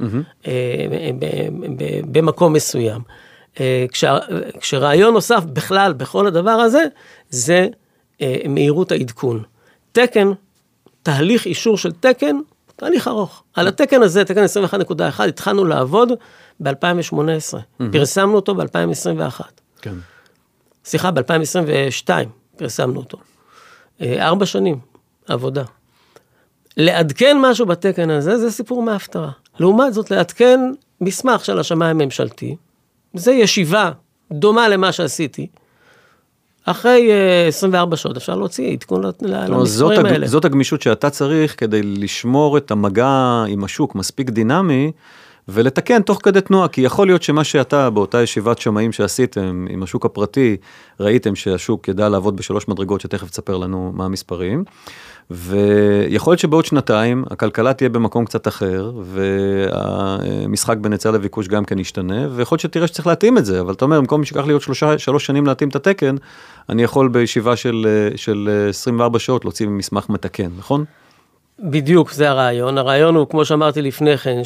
במקום מסוים. כשרעיון נוסף בכלל, בכל הדבר הזה, זה מהירות העדכון. תקן, תהליך אישור של תקן, תהליך ארוך. על התקן הזה, תקן 21.1, התחלנו לעבוד ב-2018. פרסמנו אותו ב-2021. כן. סליחה, ב-2022 פרסמנו אותו. 4 שנים עבודה. לעדכן משהו בתקן הזה, זה סיפור מההפטרה. לעומת זאת, לעדכן מסמך של השמאי הממשלתי, זה ישיבה דומה למה שעשיתי, אחרי 24 שעות אפשר להוציא עדכון למספרים האלה. זאת הגמישות שאתה צריך כדי לשמור את המגע עם השוק מספיק דינמי, ולתקן תוך כדי תנועה, כי יכול להיות שמה שאתה באותה ישיבת שמאים שעשיתם עם השוק הפרטי, ראיתם שהשוק ידע לעבוד ב3 מדרגות, שתכף תספר לנו מה המספרים, ויכול להיות שבעוד 2 הכלכלה תהיה במקום קצת אחר, והמשחק בין היצע לביקוש גם כן ישתנה, ויכול להיות שתראה שצריך להתאים את זה, אבל אתה אומר, במקום שיקח לי עוד 3 שנים להתאים את התקן, אני יכול בישיבה של 24 שעות להוציא מסמך מתקן, נכון? בדיוק, זה הרעיון. הרעיון הוא, כמו שאמרתי לפני כן,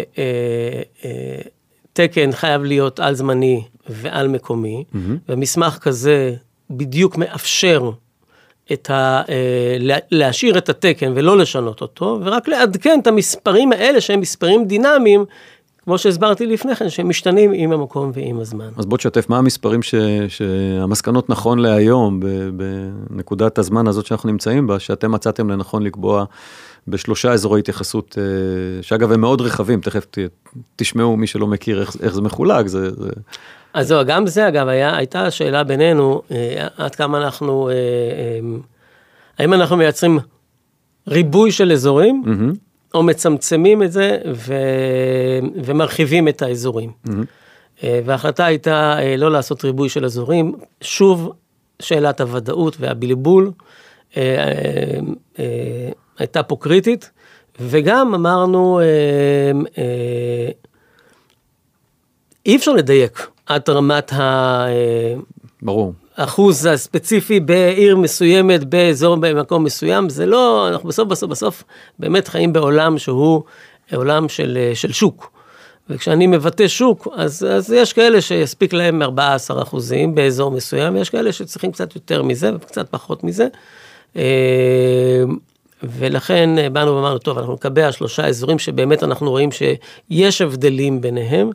שתקן חייב להיות על זמני ועל מקומי, ומסמך כזה בדיוק מאפשר להשאיר את התקן ולא לשנות אותו, ורק לעדכן את המספרים האלה שהם מספרים דינמיים, כמו שהסברתי לפני כן, שהם משתנים עם המקום ועם הזמן. אז בוא תשתף, מה המספרים שהמסקנות נכון להיום, בנקודת הזמן הזאת שאנחנו נמצאים בה, שאתם מצאתם לנכון לקבוע ב3 אזורי התייחסות, שאגב הם מאוד רחבים, תכף תשמעו מי שלא מכיר איך זה מחולק, אז זהו, גם זה אגב, הייתה שאלה בינינו, עד כמה אנחנו, האם אנחנו מייצרים ריבוי של אזורים, או מצמצמים את זה, ומרחיבים את האזורים. וההחלטה הייתה לא לעשות ריבוי של אזורים, שוב, שאלת הוודאות והבלבול, הייתה פה קריטית, וגם אמרנו, אי אפשר לדייק עד רמת ברור. האחוז הספציפי בעיר מסוימת, באזור, במקום מסוים, זה לא, אנחנו בסוף באמת חיים בעולם שהוא עולם של שוק. וכשאני מבטא שוק, אז יש כאלה שיספיק להם 14% באזור מסוים, ויש כאלה שצריכים קצת יותר מזה, וקצת פחות מזה. ולכן באנו ואמרנו, טוב, אנחנו נקבע 3 אזורים שבאמת אנחנו רואים שיש הבדלים ביניהם,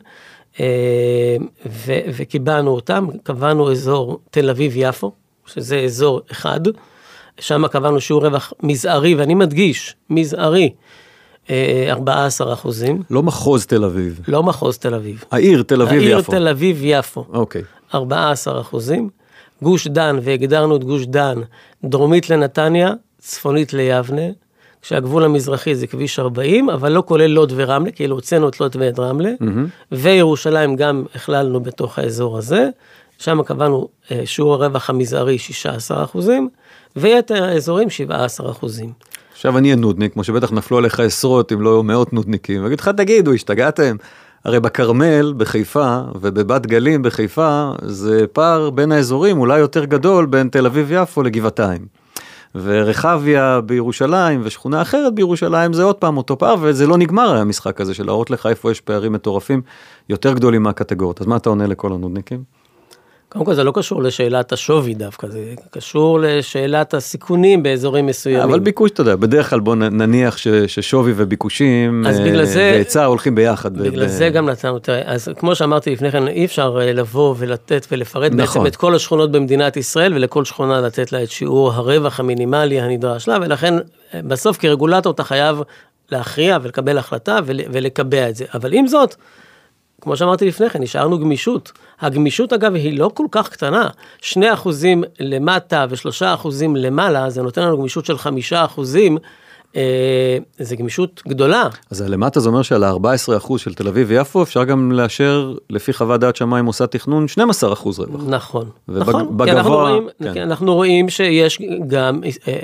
וקיבענו אותם, קבענו אזור תל אביב-יפו, שזה אזור אחד, שם קבענו שיעור רווח מזערי, ואני מדגיש, מזערי, 14%. לא מחוז תל אביב. לא מחוז תל אביב. העיר תל אביב-יפו. העיר תל אביב-יפו. אוקיי. 14%. גוש דן, והגדרנו את גוש דן, דרומית לנתניה, צפונית ליבנה, כשהגבול המזרחי זה כביש 40, אבל לא כולל לוד ורמלה, כאילו הוצאנו את לוד ואת רמלה, וירושלים גם הכללנו בתוך האזור הזה, שם קבענו שיעור הרווח המזערי 16%, ויתר האזורים 17%. עכשיו אני אהיה נודניק, כמו שבטח נפלו עליך עשרות, אם לא מאות נודניקים, ואגיד לך, תגידו, השתגעתם? הרי בכרמל, בחיפה, ובבת גלים בחיפה, זה פער בין האזורים, אולי יותר גדול, בין תל אביב-יפו לגבעתיים. ורחביה בירושלים, ושכונה אחרת בירושלים, זה עוד פעם אותו פער, וזה לא נגמר המשחק הזה, של להראות לך איפה יש פערים מטורפים, יותר גדולים מהקטגוריות. אז מה אתה עונה לכל הנודניקים? קודם כל זה לא קשור לשאלת השווי דווקא, זה קשור לשאלת הסיכונים באזורים מסוימים. אבל ביקוש, אתה יודע, בדרך כלל בוא נניח ששווי וביקושים והיצע הולכים ביחד. בגלל זה גם נתנו, תראה, אז כמו שאמרתי לפני כן, אי אפשר לבוא ולתת ולפרט בעצם את כל השכונות במדינת ישראל, ולכל שכונה לתת לה את שיעור הרווח המינימלי הנדרש לה, ולכן בסוף כרגולטור אתה חייב להכריע ולקבל החלטה ולקבע את זה. אבל עם זאת, כמו שאמרתי לפני כן, נשארנו גמישות. הגמישות אגב היא לא כל כך קטנה. 2% למטה ו3% למעלה, זה נותן לנו גמישות של 5%, זה גמישות גדולה. אז למטה זה אומר שעל ה-14% של תל אביב ויפו, אפשר גם לאשר לפי חוות דעת שמאי מוסד תכנון 12% רווח. נכון, נכון. כי אנחנו רואים שיש גם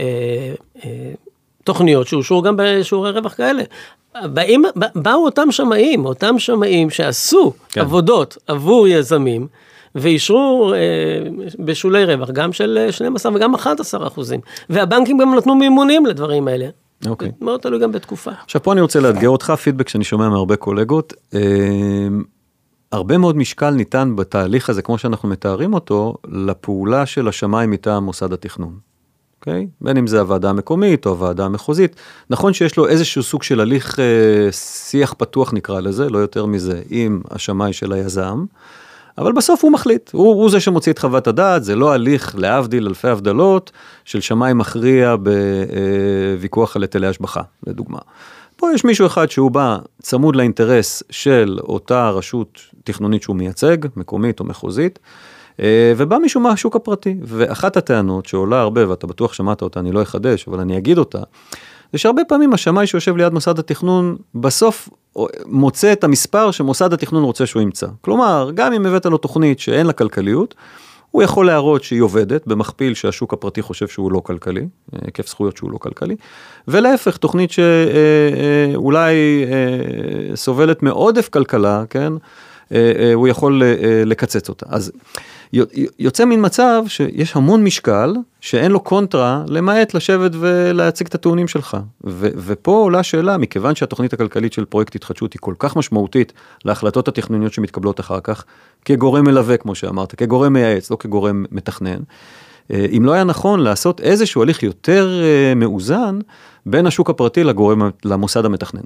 תוכניות שאושרו גם בשיעורי רווח כאלה. באו אותם שמאים שעשו עבודות עבור יזמים, ואישרו בשולי רווח, גם של 12 וגם 11%. והבנקים גם נתנו מימונים לדברים האלה. אוקיי. מאוד תלוי גם בתקופה. עכשיו פה אני רוצה לאתגר אותך, פידבק שאני שומע מהרבה קולגות, הרבה מאוד משקל ניתן בתהליך הזה, כמו שאנחנו מתארים אותו, לפעולה של השמאי מטעם מוסד התכנון. Okay? בין אם זה הוועדה המקומית או הוועדה המחוזית, נכון שיש לו איזשהו סוג של הליך שיח פתוח נקרא לזה, לא יותר מזה, עם השמאי של היזם, אבל בסוף הוא מחליט, הוא זה שמוציא את חוות הדעת, זה לא הליך להבדיל אלפי הבדלות, של שמאי מכריע בוויכוח על היטלי השבחה, לדוגמה. פה יש מישהו אחד שהוא בא צמוד לאינטרס של אותה רשות תכנונית שהוא מייצג, מקומית או מחוזית, ובא מישהו מהשוק הפרטי, ואחת הטענות שעולה הרבה, ואתה בטוח שמעת אותה, אני לא אחדש, אבל אני אגיד אותה, זה שהרבה פעמים השמאי שיושב ליד מוסד התכנון, בסוף מוצא את המספר שמוסד התכנון רוצה שהוא ימצא. כלומר, גם אם הבאת לו תוכנית שאין לה כלכליות, הוא יכול להראות שהיא עובדת, במכפיל שהשוק הפרטי חושב שהוא לא כלכלי, היקף זכויות שהוא לא כלכלי, ולהפך, תוכנית שאולי סובלת מעודף כלכלה, כן? הוא יכול לקצץ אותה. אז יוצא מן מצב שיש המון משקל, שאין לו קונטרה, למעט לשבת ולהציג את הטעונים שלך. ופה עולה שאלה, מכיוון שהתוכנית הכלכלית של פרויקט התחדשות היא כל כך משמעותית, להחלטות התכנוניות שמתקבלות אחר כך, כגורם מלווה, כמו שאמרת, כגורם מייעץ, לא כגורם מתכנן, אם לא היה נכון לעשות איזשהו הליך יותר מאוזן, בין השוק הפרטי למוסד המתכנן.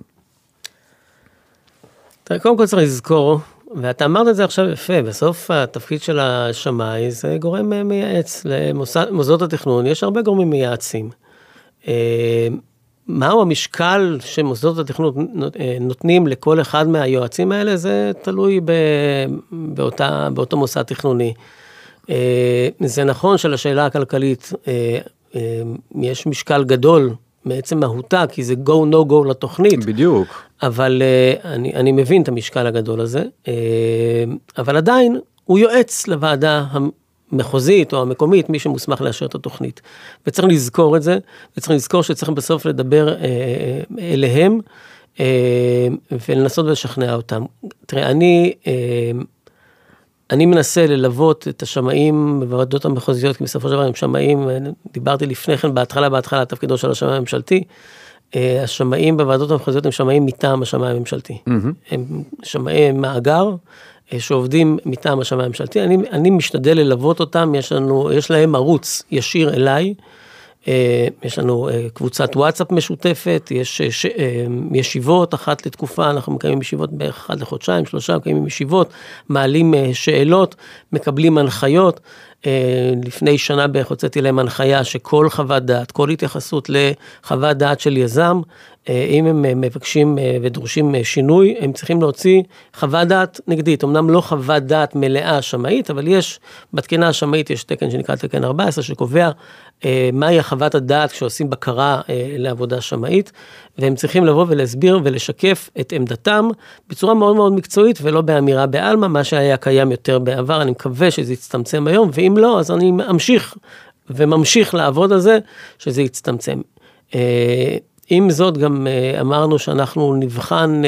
קודם כל צריך לזכור, ואתה אמרת את זה עכשיו יפה, בסוף התפקיד של השמאי זה גורם מייעץ למוסדות התכנון, יש הרבה גורמים מייעצים. מהו המשקל שמוסדות התכנון נותנים לכל אחד מהיועצים האלה, זה תלוי באותו מוסד תכנוני. זה נכון שלשאלה הכלכלית יש משקל גדול, בעצם מהותה, כי זה go no go לתוכנית. בדיוק. אבל אני מבין את המשקל הגדול הזה, אבל עדיין הוא יועץ לוועדה המחוזית או המקומית, מי שמוסמך לאשר את התוכנית. וצריך לזכור את זה, וצריך לזכור שצריך בסוף לדבר אליהם, ולנסות ולשכנע אותם. תראה, אני מנסה ללוות את השמאים בוועדות המחוזיות, כי בסופו של דבר הם שמאים, דיברתי לפני כן, בהתחלה, תפקידו של השמאי הממשלתי, השמאים בוועדות המחוזיות הם שמאים מטעם השמאי הממשלתי. הם שמאי מאגר, שעובדים מטעם השמאי הממשלתי, אני משתדל ללוות אותם, יש להם ערוץ ישיר אליי, יש לנו קבוצת וואטסאפ משותפת, יש ישיבות אחת לתקופה, אנחנו מקיימים ישיבות בערך 1 לחודשיים, 3, מקיימים ישיבות, מעלים שאלות, מקבלים הנחיות, לפני שנה בערך הוצאתי להם הנחיה שכל חוות דעת, כל התייחסות לחוות דעת של יזם, אם הם מבקשים ודורשים שינוי, הם צריכים להוציא חוות דעת נגדית, אמנם לא חוות דעת מלאה שמאית, אבל יש, בתקינה השמאית יש תקן שנקרא תקן 14, שקובע מהי חוות הדעת כשעושים בקרה לעבודה שמאית, והם צריכים לבוא ולהסביר ולשקף את עמדתם בצורה מאוד מאוד מקצועית, ולא באמירה בעלמא, מה שהיה קיים יותר בעבר, אני מקווה שזה יצטמצם היום, ואם לא, אז אני ממשיך לעבוד על זה, שזה יצטמצם. עם זאת, גם אמרנו שאנחנו נבחן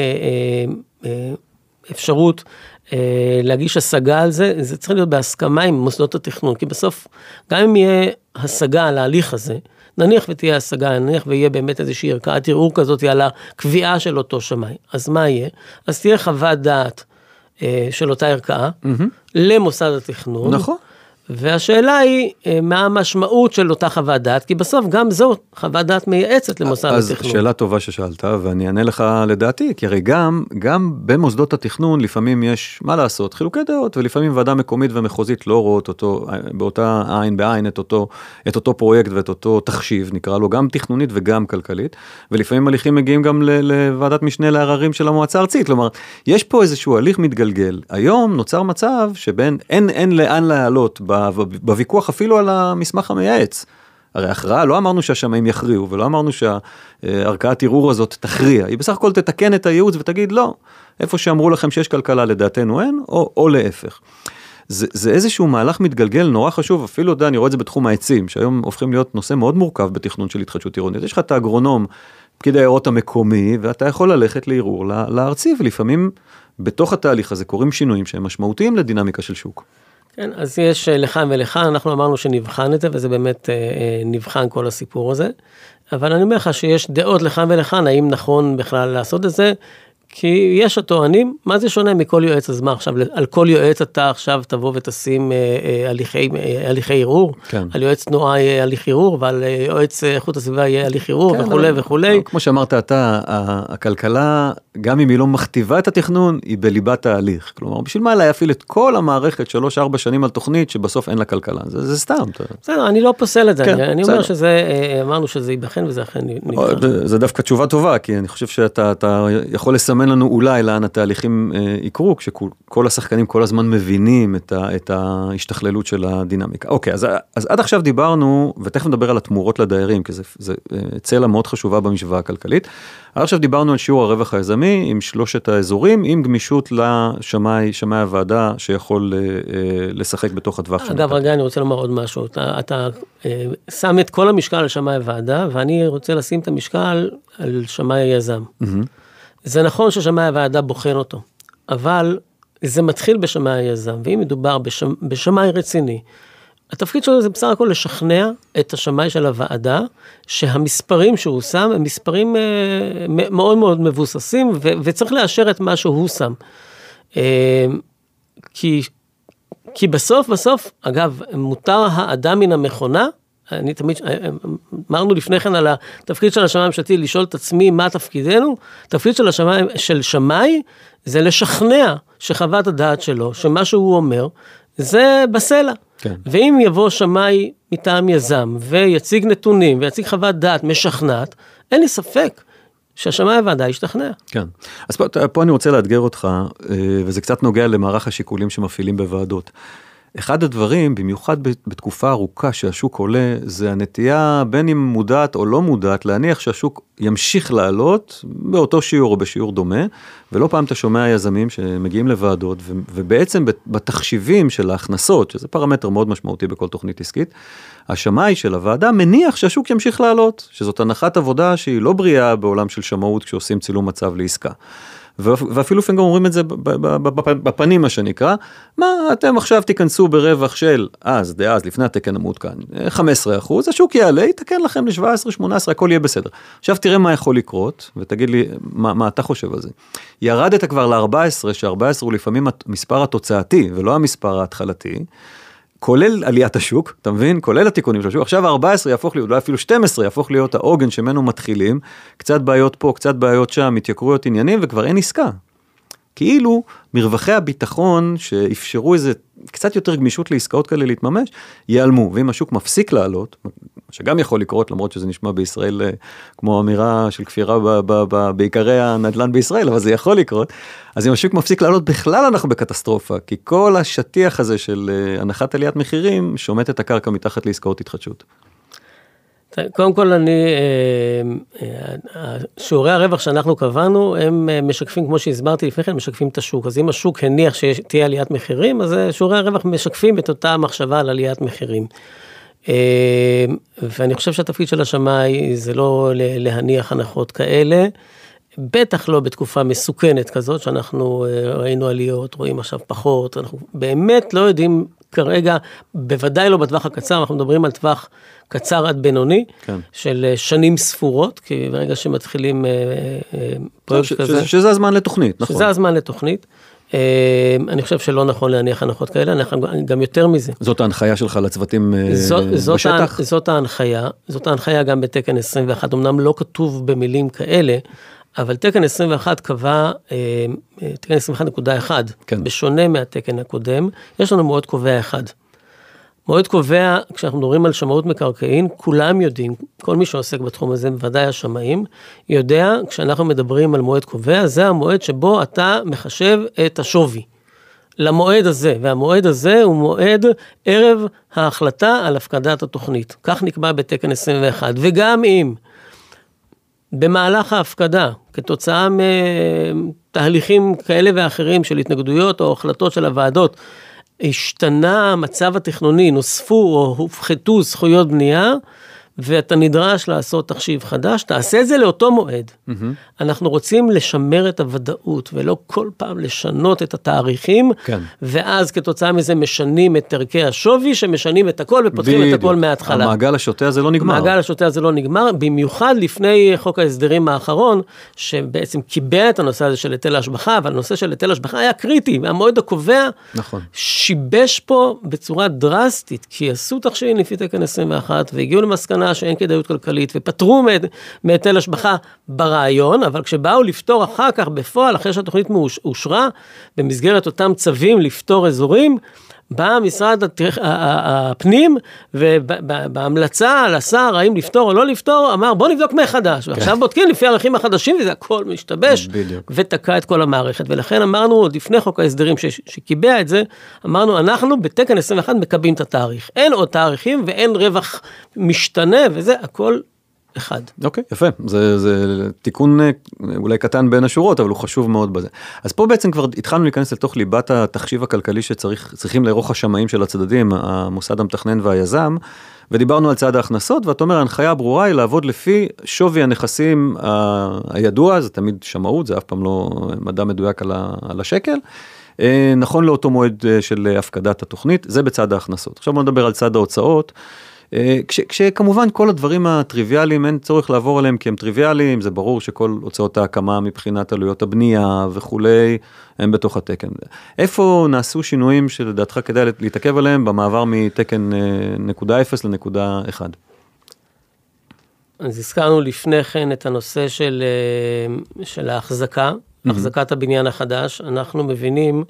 אפשרות להגיש השגה על זה, זה צריך להיות בהסכמה עם מוסדות התכנון, כי בסוף, גם אם יהיה השגה על ההליך הזה, נניח ותהיה השגה, נניח ויהיה באמת איזושהי ערכאת ערעור כזאת על הקביעה של אותו שמאי, אז מה יהיה? אז תהיה חוות דעת של אותה ערכאה, למוסד התכנון, נכון. והשאלה היא, מה המשמעות של אותה חוות דעת, כי בסוף גם זו חוות דעת מייעצת למוסד התכנון. אז שאלה טובה ששאלת, ואני אענה לך לדעתי, כי הרי גם במוסדות התכנון, לפעמים יש מה לעשות, חילוקי דעות, ולפעמים ועדה מקומית ומחוזית לא רואות אותו, באותה עין בעין, את אותו פרויקט ואת אותו תחשיב, נקרא לו, גם תכנונית וגם כלכלית, ולפעמים הליכים מגיעים גם לוועדת משנה לעררים של המועצה הארצית, כלומר, יש פה איזשהו הליך מתגלגל. היום נוצר מצב שבין אין לאן לעלות בוויכוח אפילו על המסמך המייעץ. הרי הכרעה, לא אמרנו שהשמאים יכריעו, ולא אמרנו שהערכאת ערעור הזאת תכריע. היא בסך הכל תתקן את הייעוץ ותגיד, לא, איפה שאמרו לכם שיש כלכלה לדעתנו אין, או להפך. זה איזשהו מהלך מתגלגל נורא חשוב, אפילו אני רואה את זה בתחום העצים, שהיום הופכים להיות נושא מאוד מורכב בתכנון של התחדשות עירונית. יש לך את האגרונום, פקיד היערות המקומי, ואתה יכול ללכת לערעור לארצי, ולפעמים בתוך התהליך הזה קורים שינויים שהם משמעותיים לדינמיקה של שוק. כן, אז יש לכאן ולכאן, אנחנו אמרנו שנבחן את זה, וזה באמת נבחן כל הסיפור הזה, אבל אני אומר לך שיש דעות לכאן ולכאן, האם נכון בכלל לעשות את זה, כי יש הטוענים, מה זה שונה מכל יועץ, אז מה עכשיו, על כל יועץ אתה עכשיו תבוא ותשים הליכי ערעור, כן. על יועץ תנועה יהיה הליך ערעור, ועל יועץ איכות הסביבה יהיה הליך ערעור, כן, וכו' וכו'. כמו שאמרת אתה, הכלכלה, גם אם היא לא מכתיבה את התכנון, היא בליבת ההליך. כלומר, בשביל מה להפעיל את כל המערכת 3-4 שנים על תוכנית, שבסוף אין לה כלכלה. זה סתם. בסדר, אני לא פוסל את זה, כן, אני אומר שזה, אמרנו שזה ייבחן, וזה אכן נבחן. זה דווקא תשובה טובה, כי אני חושב שאתה יכול לסמן לנו אולי לאן התהליכים יקרו, כשכל השחקנים כל הזמן מבינים את ההשתכללות של הדינמיקה. אוקיי, אז עד עכשיו דיברנו, ותכף נדבר על התמורות לדיירים, כי זה צלע מאוד חשובה במשוואה הכלכלית. עד עכשיו דיברנו על שיעור הרווח היזמי, עם 3 האזורים, עם גמישות לשמאי הוועדה, שיכול לשחק בתוך הטווח שנתת. אגב, רגע, אני רוצה לומר עוד משהו. אתה שם את כל המשקל על שמאי הוועדה, ואני רוצה לשים את המשקל על שמאי היזם. זה נכון ששמאי הוועדה בוחן אותו, אבל זה מתחיל בשמאי היזם, ואם מדובר בשמאי רציני, התפקיד שלו זה בסך הכל לשכנע את השמאי של הוועדה, שהמספרים שהוא שם הם מספרים מאוד מאוד מבוססים, וצריך לאשר את מה שהוא שם. כי בסוף, אגב, מותר האדם מן המכונה, אני תמיד, אמרנו לפני כן על התפקיד של השמאי הממשלתי, לשאול את עצמי מה תפקידנו, התפקיד של שמאי זה לשכנע שחוות הדעת שלו, שמה שהוא אומר, זה בסלע. כן. ואם יבוא שמאי מטעם יזם, ויציג נתונים, ויציג חוות דעת משכנעת, אין לי ספק שהשמאי הוועדה ישתכנע. כן. אז פה אני רוצה לאתגר אותך, וזה קצת נוגע למערך השיקולים שמפעילים בוועדות. אחד הדברים, במיוחד בתקופה ארוכה שהשוק עולה, זה הנטייה, בין אם מודעת או לא מודעת, להניח שהשוק ימשיך לעלות באותו שיעור או בשיעור דומה, ולא פעם אתה שומע יזמים שמגיעים לוועדות, ובעצם בתחשיבים של ההכנסות, שזה פרמטר מאוד משמעותי בכל תוכנית עסקית, השמאי של הוועדה מניח שהשוק ימשיך לעלות, שזאת הנחת עבודה שהיא לא בריאה בעולם של שמאות כשעושים צילום מצב לעסקה. ואפילו לפעמים גם אומרים את זה בפנים, מה שנקרא, מה, אתם עכשיו תיכנסו ברווח של, דאז, לפני התקן המעודכן, 15%, השוק יעלה, יתקן לכם ל-17, 18, הכל יהיה בסדר. עכשיו תראה מה יכול לקרות, ותגיד לי מה אתה חושב על זה. ירדת כבר ל-14, ש-14 הוא לפעמים המספר התוצאתי, ולא המספר ההתחלתי, כולל עליית השוק, אתה מבין? כולל התיקונים של השוק. עכשיו 14 יהפוך להיות, אולי אפילו 12 יהפוך להיות העוגן שמנו מתחילים, קצת בעיות פה, קצת בעיות שם, התייקרויות עניינים, וכבר אין עסקה. כאילו מרווחי הביטחון שאפשרו איזה קצת יותר גמישות לעסקאות כאלה להתממש, ייעלמו. ואם השוק מפסיק לעלות, שגם יכול לקרות, למרות שזה נשמע בישראל כמו אמירה של כפירה בעיקרי הנדל"ן בישראל, אבל זה יכול לקרות, אז אם השוק מפסיק לעלות, בכלל אנחנו בקטסטרופה, כי כל השטיח הזה של הנחת עליית מחירים, שומט את הקרקע מתחת לעסקאות התחדשות. קודם כל, שיעורי הרווח שאנחנו קבענו, הם משקפים, כמו שהסברתי לפני כן, משקפים את השוק. אז אם השוק הניח שתהיה עליית מחירים, אז שיעורי הרווח משקפים את אותה מחשבה על עליית מחירים. ואני חושב שהתפקיד של השמאי זה לא להניח הנחות כאלה, בטח לא בתקופה מסוכנת כזאת, שאנחנו ראינו עליות, רואים עכשיו פחות, אנחנו באמת לא יודעים כרגע, בוודאי לא בטווח הקצר, אנחנו מדברים על טווח קצר עד בינוני, כן. של שנים ספורות, כי ברגע שמתחילים פרויקט כזה. שזה הזמן לתוכנית, נכון. שזה הזמן לתוכנית. אני חושב שלא נכון להניח הנחות כאלה, גם יותר מזה. זאת ההנחיה שלך לצוותים בשטח? זאת ההנחיה גם בתקן 21, אמנם לא כתוב במילים כאלה, אבל תקן 21 קבע, תקן 21.1, כן. בשונה מהתקן הקודם, יש לנו מועד קובע אחד. מועד קובע, כשאנחנו מדברים על שמאות מקרקעין, כולם יודעים, כל מי שעוסק בתחום הזה, בוודאי השמאים, יודע, כשאנחנו מדברים על מועד קובע, זה המועד שבו אתה מחשב את השווי. למועד הזה, והמועד הזה הוא מועד ערב ההחלטה על הפקדת התוכנית. כך נקבע בתקן 21, וגם אם במהלך ההפקדה, כתוצאה מתהליכים כאלה ואחרים של התנגדויות או החלטות של הוועדות, השתנה המצב התכנוני, נוספו או הופחתו זכויות בנייה, ואתה נדרש לעשות תחשיב חדש, תעשה את זה לאותו מועד. אנחנו רוצים לשמר את הוודאות, ולא כל פעם לשנות את התאריכים, ואז כתוצאה מזה משנים את ערכי השווי, שמשנים את הכל ופותחים את הכל מההתחלה. המעגל השוטה הזה לא נגמר. המעגל השוטה הזה לא נגמר, במיוחד לפני חוק ההסדרים האחרון, שבעצם קיבע את הנושא הזה של היטל ההשבחה, אבל הנושא של היטל ההשבחה היה קריטי, והמועד הקובע שיבש פה בצורה דרסטית, כי עשו תחשיבים לפי תקן 21, והגיעו למסקנה שאין כדאיות כלכלית, ופטרו מהיטל השבחה ברעיון, אבל כשבאו לפתור אחר כך בפועל, אחרי שהתוכנית אושרה, במסגרת אותם צווים לפתור אזורים, בא משרד הפנים, ובהמלצה לשר, האם לפתור או לא לפתור, אמר בוא נבדוק מחדש, ועכשיו בודקים לפי הערכים החדשים, וזה הכל משתבש, ותקע את כל המערכת, ולכן אמרנו, עוד לפני חוק ההסדרים שקיבע את זה, אמרנו, אנחנו בתקן 21 מקבעים את התאריך, אין עוד תאריכים, ואין רווח משתנה, וזה הכל אחד. אוקיי, יפה. זה תיקון אולי קטן בין השורות, אבל הוא חשוב מאוד בזה. אז פה בעצם כבר התחלנו להיכנס לתוך ליבת התחשיב הכלכלי שצריכים לערוך השמאים של הצדדים, המוסד המתכנן והיזם, ודיברנו על צד ההכנסות, ואת אומר, ההנחיה הברורה היא לעבוד לפי שווי הנכסים הידוע, זה תמיד שמאות, זה אף פעם לא מדע מדויק על השקל, נכון לאותו מועד של הפקדת התוכנית, זה בצד ההכנסות. עכשיו בוא נדבר על צד ההוצאות, כשכמובן כל הדברים הטריוויאליים אין צורך לעבור עליהם כי הם טריוויאליים, זה ברור שכל הוצאות ההקמה מבחינת עלויות הבנייה וכולי, הם בתוך התקן. איפה נעשו שינויים שלדעתך כדאי להתעכב עליהם במעבר מתקן נקודה 0 לנקודה 1? אז הזכרנו לפני כן את הנושא של ההחזקה, החזקת הבניין החדש, אנחנו מבינים,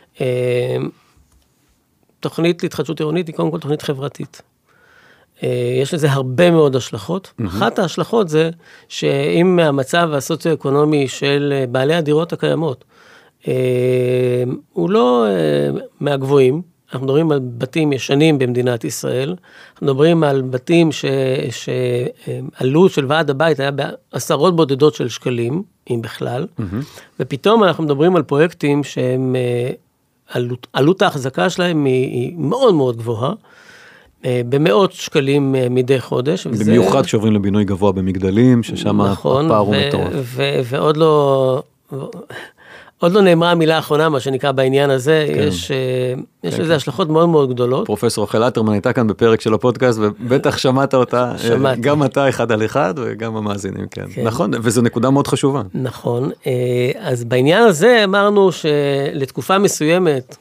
תוכנית להתחדשות עירונית היא קודם כל תוכנית חברתית. יש לזה הרבה מאוד השלכות. אחת ההשלכות זה שאם המצב הסוציו-אקונומי של בעלי הדירות הקיימות הוא לא מהגבוהים, אנחנו מדברים על בתים ישנים במדינת ישראל, אנחנו מדברים על בתים שעלות של ועד הבית היה בעשרות בודדות של שקלים, אם בכלל, ופתאום אנחנו מדברים על פרויקטים שהם, עלות ההחזקה שלהם היא מאוד מאוד גבוהה, במאות שקלים מדי חודש. במיוחד כשעוברים לבינוי גבוה במגדלים, ששם הפער הוא מטורף. ועוד לא, עוד לא נאמרה המילה האחרונה, מה שנקרא בעניין הזה, יש לזה השלכות מאוד מאוד גדולות. פרופסור רחל אלתרמן הייתה כאן בפרק של הפודקאסט, ובטח שמעת אותה, גם אתה אחד על אחד, וגם המאזינים, כן. נכון, וזו נקודה מאוד חשובה. נכון, אז בעניין הזה אמרנו שלתקופה מסוימת,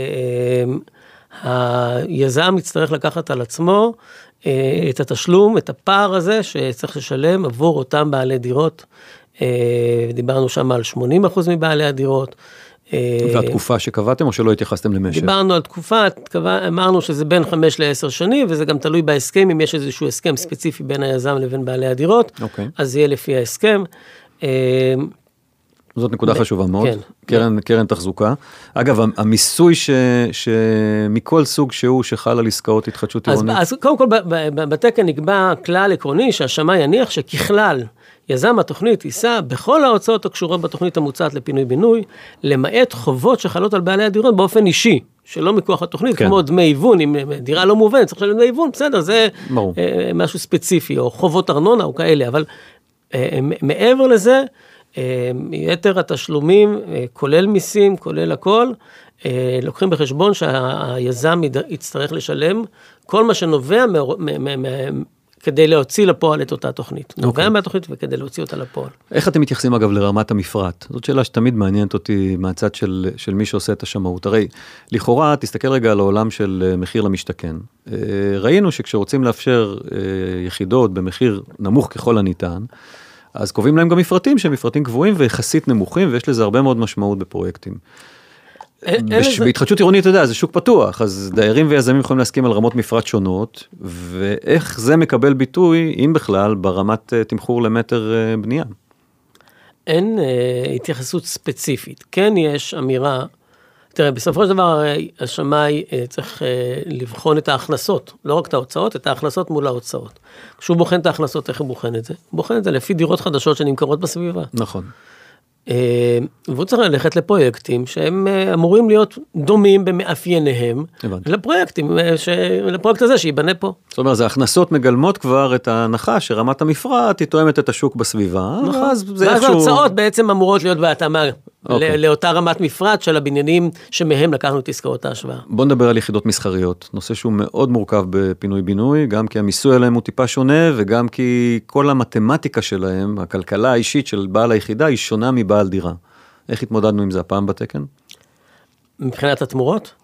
היזם יצטרך לקחת על עצמו את התשלום, את הפער הזה שצריך לשלם עבור אותם בעלי דירות, דיברנו שם על 80% מבעלי הדירות. והתקופה שקבעתם או שלא התייחסתם למשך? דיברנו על תקופה, אמרנו שזה בין 5 ל-10 שנים, וזה גם תלוי בהסכם, אם יש איזשהו הסכם ספציפי בין היזם לבין בעלי הדירות, אז יהיה לפי ההסכם. זאת נקודה חשובה מאוד, קרן תחזוקה. אגב, המיסוי שמכל סוג שחל על עסקאות התחדשות עירונית. אז קודם כל בתקן נקבע כלל עקרוני שהשמאי יניח שככלל יזם התוכנית יישא בכל ההוצאות הקשורות בתוכנית המוצעת לפינוי בינוי, למעט חובות שחלות על בעלי הדירות באופן אישי, שלא מכוח התוכנית, כמו דמי היוון, אם דירה לא מובנת, צריך לשלם דמי היוון, בסדר, זה משהו ספציפי, או חובות ארנונה או כאלה, אבל מעבר לזה, יתר התשלומים, כולל מיסים, כולל הכל, לוקחים בחשבון שהיזם יצטרך לשלם כל מה שנובע כדי להוציא לפועל את אותה תוכנית. נובע מהתוכנית וכדי להוציא אותה לפועל. איך אתם מתייחסים אגב לרמת המפרט? זאת שאלה שתמיד מעניינת אותי מהצד של מי שעושה את השמאות. הרי לכאורה תסתכל רגע על העולם של מחיר למשתכן. ראינו שכשרוצים לאפשר יחידות במחיר נמוך ככל הניתן, אז קובעים להם גם מפרטים שהם מפרטים גבוהים ויחסית נמוכים, ויש לזה הרבה מאוד משמעות בפרויקטים. בהתחדשות עירונית, אתה יודע, זה שוק פתוח, אז דיירים ויזמים יכולים להסכים על רמות מפרט שונות, ואיך זה מקבל ביטוי, אם בכלל, ברמת תמחור למטר בנייה? אין התייחסות ספציפית. כן יש אמירה, תראה, בסופו של דבר, השמאי צריך לבחון את ההכנסות, לא רק את ההוצאות, את ההכנסות מול ההוצאות. כשהוא בוחן את ההכנסות, איך הוא בוחן את זה? הוא בוחן את זה לפי דירות חדשות שנמכרות בסביבה. נכון. והוא צריך ללכת לפרויקטים שהם אמורים להיות דומים במאפייניהם לפרויקט הזה שיבנה פה. זאת אומרת, זה הכנסות מגלמות כבר את ההנחה שרמת המפרט היא תואמת את השוק בסביבה. ואז ההוצאות בעצם אמורות להיות בהתאמה לאותה רמת מפרט של הבניינים שמהם לקחנו את עסקאות ההשוואה. בוא נדבר על יחידות מסחריות, נושא שהוא מאוד מורכב בפינוי-בינוי, גם כי המיסוי עליהם הוא טיפה שונה, וגם כי כל המתמטיקה שלהם, הכלכלה האישית של בעל היחידה, היא שונה מבעל דירה. איך התמודדנו עם זה הפעם בתקן? מבחינת התמורות?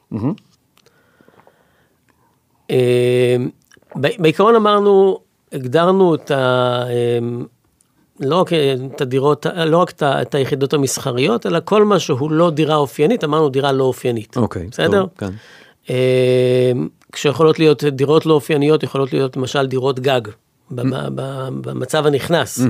בעיקרון אמרנו, הגדרנו את לא רק את הדירות, לא רק את היחידות המסחריות, אלא כל מה שהוא לא דירה אופיינית, אמרנו דירה לא אופיינית. אוקיי, בסדר? טוב, כן. כשיכולות להיות דירות לא אופייניות, יכולות להיות למשל דירות גג, במצב הנכנס.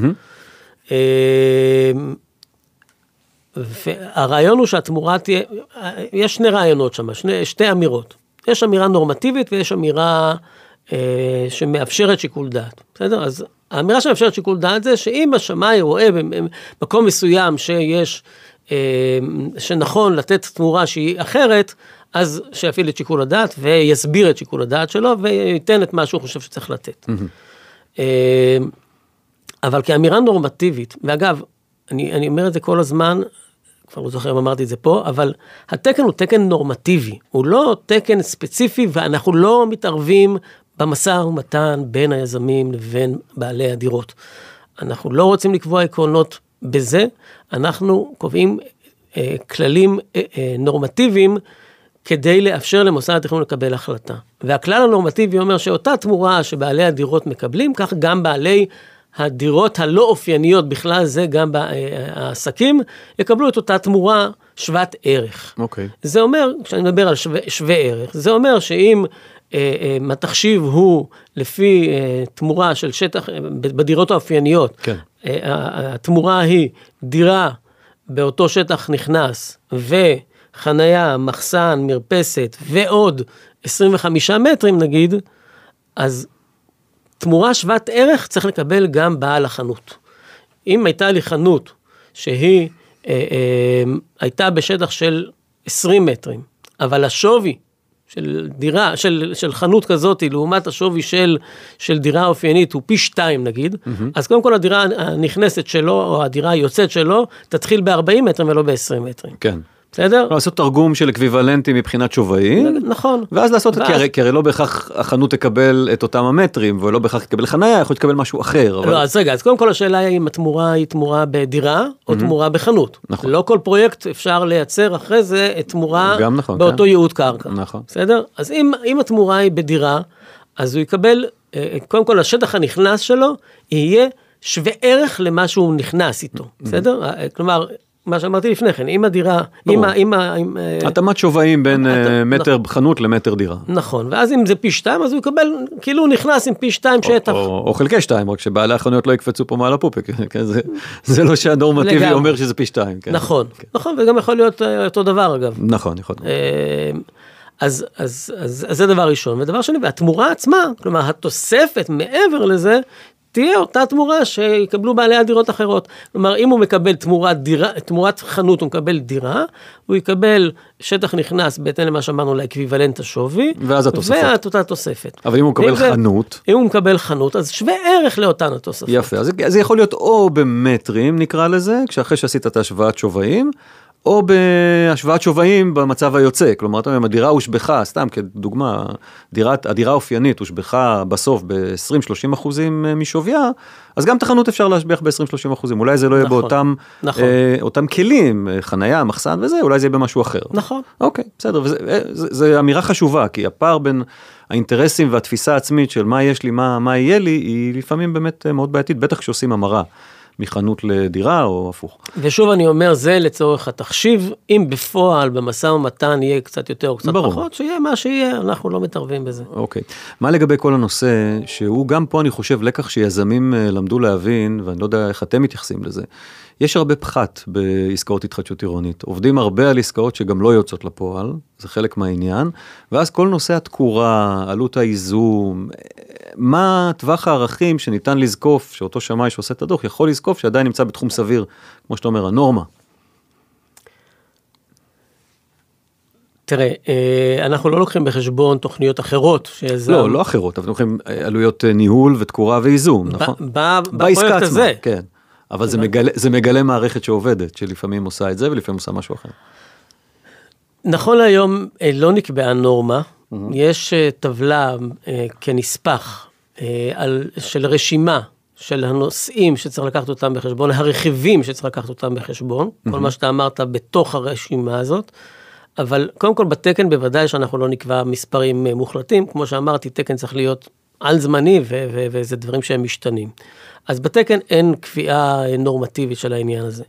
והרעיון הוא שהתמורה תהיה, יש שני רעיונות שם, שתי אמירות. יש אמירה נורמטיבית ויש אמירה שמאפשרת שיקול דעת. בסדר? אז האמירה שמאפשרת שיקול דעת זה שאם השמאי רואה במקום מסוים שיש, שנכון לתת תמורה שהיא אחרת, אז שיפעיל את שיקול הדעת ויסביר את שיקול הדעת שלו וייתן את מה שהוא חושב שצריך לתת. אבל כאמירה נורמטיבית, ואגב, אני אומר את זה כל הזמן, כבר לא זוכר אם אמרתי את זה פה, אבל התקן הוא תקן נורמטיבי, הוא לא תקן ספציפי, ואנחנו לא מתערבים במשא ומתן בין היזמים לבין בעלי הדירות. אנחנו לא רוצים לקבוע עקרונות בזה, אנחנו קובעים כללים נורמטיביים, כדי לאפשר למוסד התכנון לקבל החלטה. והכלל הנורמטיבי אומר שאותה תמורה שבעלי הדירות מקבלים, כך גם בעלי הדירות הלא אופייניות, בכלל זה גם העסקים, יקבלו את אותה תמורה שוות ערך. אוקיי. זה אומר, כשאני מדבר על שווה ערך, זה אומר שאם התחשיב הוא לפי תמורה של שטח, בדירות האופייניות, כן. התמורה היא דירה באותו שטח נכנס, וחנייה, מחסן, מרפסת, ועוד 25 מטרים נגיד, אז תמורה שוות ערך צריך לקבל גם בעל החנות. אם הייתה לי חנות שהיא הייתה בשטח של 20 מטרים, אבל השווי של דירה, של חנות כזאת, לעומת השווי של דירה אופיינית, הוא פי 2 נגיד, אז קודם כל הדירה הנכנסת שלו, או הדירה היוצאת שלו, תתחיל ב-40 מטרים ולא ב-20 מטרים. כן. בסדר? לעשות תרגום של אקוויוולנטי מבחינת שווים. נכון. ואז לעשות, כי הרי לא בהכרח החנות תקבל את אותם המטרים, ולא בהכרח תקבל חניה, יכול לקבל משהו אחר. לא, אז רגע, אז קודם כל השאלה היא אם התמורה היא תמורה בדירה, או תמורה בחנות. נכון. לא כל פרויקט אפשר לייצר אחרי זה את תמורה באותו ייעוד קרקע. נכון. בסדר? אז אם התמורה היא בדירה, אז הוא יקבל, קודם כל השטח הנכנס שלו, יהיה שווה ערך למה שהוא נכנס איתו. בסדר? כלומר, מה שאמרתי לפני כן, אם הדירה, התאמת שווים בין מטר חנות למטר דירה. נכון, ואז אם זה פי 2, אז הוא יקבל, כאילו הוא נכנס עם פי 2 שטח. או חלקי 2, רק שבעלי החנויות לא יקפצו פה מעל הפופק, זה לא שהנורמטיבי אומר שזה פי 2. נכון, נכון, וגם יכול להיות אותו דבר אגב. נכון, יכול להיות. אז זה דבר ראשון, ודבר שני, והתמורה עצמה, כלומר התוספת מעבר לזה, תהיה אותה תמורה שיקבלו בעלי הדירות אחרות. כלומר, אם הוא מקבל תמורת חנות, הוא מקבל דירה, הוא יקבל שטח נכנס בהתאם למה שאמרנו לאקוויוולנט השווי, ואז התוספות. ואותה תוספת. אבל אם הוא מקבל חנות... אם הוא מקבל חנות, אז שווה ערך לאותן התוספות. יפה, אז זה יכול להיות או במטרים, נקרא לזה, כשאחרי שעשית את השוואת שווים, או בהשוואת שווים במצב היוצא, כלומר, אתה אומר, הדירה הושבחה, סתם כדוגמה, הדירה האופיינית הושבחה בסוף ב-20-30% משוויה, אז גם תחנות אפשר להשביח ב-20-30%, אולי זה לא יהיה באותם כלים, חנייה, מחסן וזה, אולי זה יהיה במשהו אחר. נכון. אוקיי, בסדר, וזו אמירה חשובה, כי הפער בין האינטרסים והתפיסה העצמית של מה יש לי, מה יהיה לי, היא לפעמים באמת מאוד בעייתית, בטח כשעושים המרה. מחנות לדירה או הפוך. ושוב אני אומר, זה לצורך התחשיב, אם בפועל במשא ומתן יהיה קצת יותר או קצת פחות, שיהיה מה שיהיה, אנחנו לא מתערבים בזה. אוקיי. מה לגבי כל הנושא, שהוא גם פה אני חושב לקח שיזמים למדו להבין, ואני לא יודע איך אתם מתייחסים לזה, יש הרבה פחת בעסקאות התחדשות עירונית, עובדים הרבה על עסקאות שגם לא יוצאות לפועל, זה חלק מהעניין, ואז כל נושא התקורה, עלות האיזום, מה טווח הערכים שניתן לזקוף, שאותו שמאי שעושה את הדוח, יכול לזקוף שעדיין נמצא בתחום סביר, כמו שאתה אומר, הנורמה. תראה, אנחנו לא לוקחים בחשבון תוכניות אחרות. לא אחרות, אבל לוקחים עלויות ניהול ותקורה ואיזום, נכון? בפרויקט הזה. כן. אבל זה מגלה מערכת שעובדת, שלפעמים עושה את זה ולפעמים עושה משהו אחר. נכון להיום לא נקבעה נורמה, יש טבלה כנספח של רשימה של הנושאים שצריך לקחת אותם בחשבון, הרכיבים שצריך לקחת אותם בחשבון, כל מה שאתה אמרת בתוך הרשימה הזאת, אבל קודם כל בתקן בוודאי שאנחנו לא נקבע מספרים מוחלטים, כמו שאמרתי, תקן צריך להיות על זמני וזה דברים שהם משתנים. אז בתקן אין קביעה נורמטיבית של העניין הזה.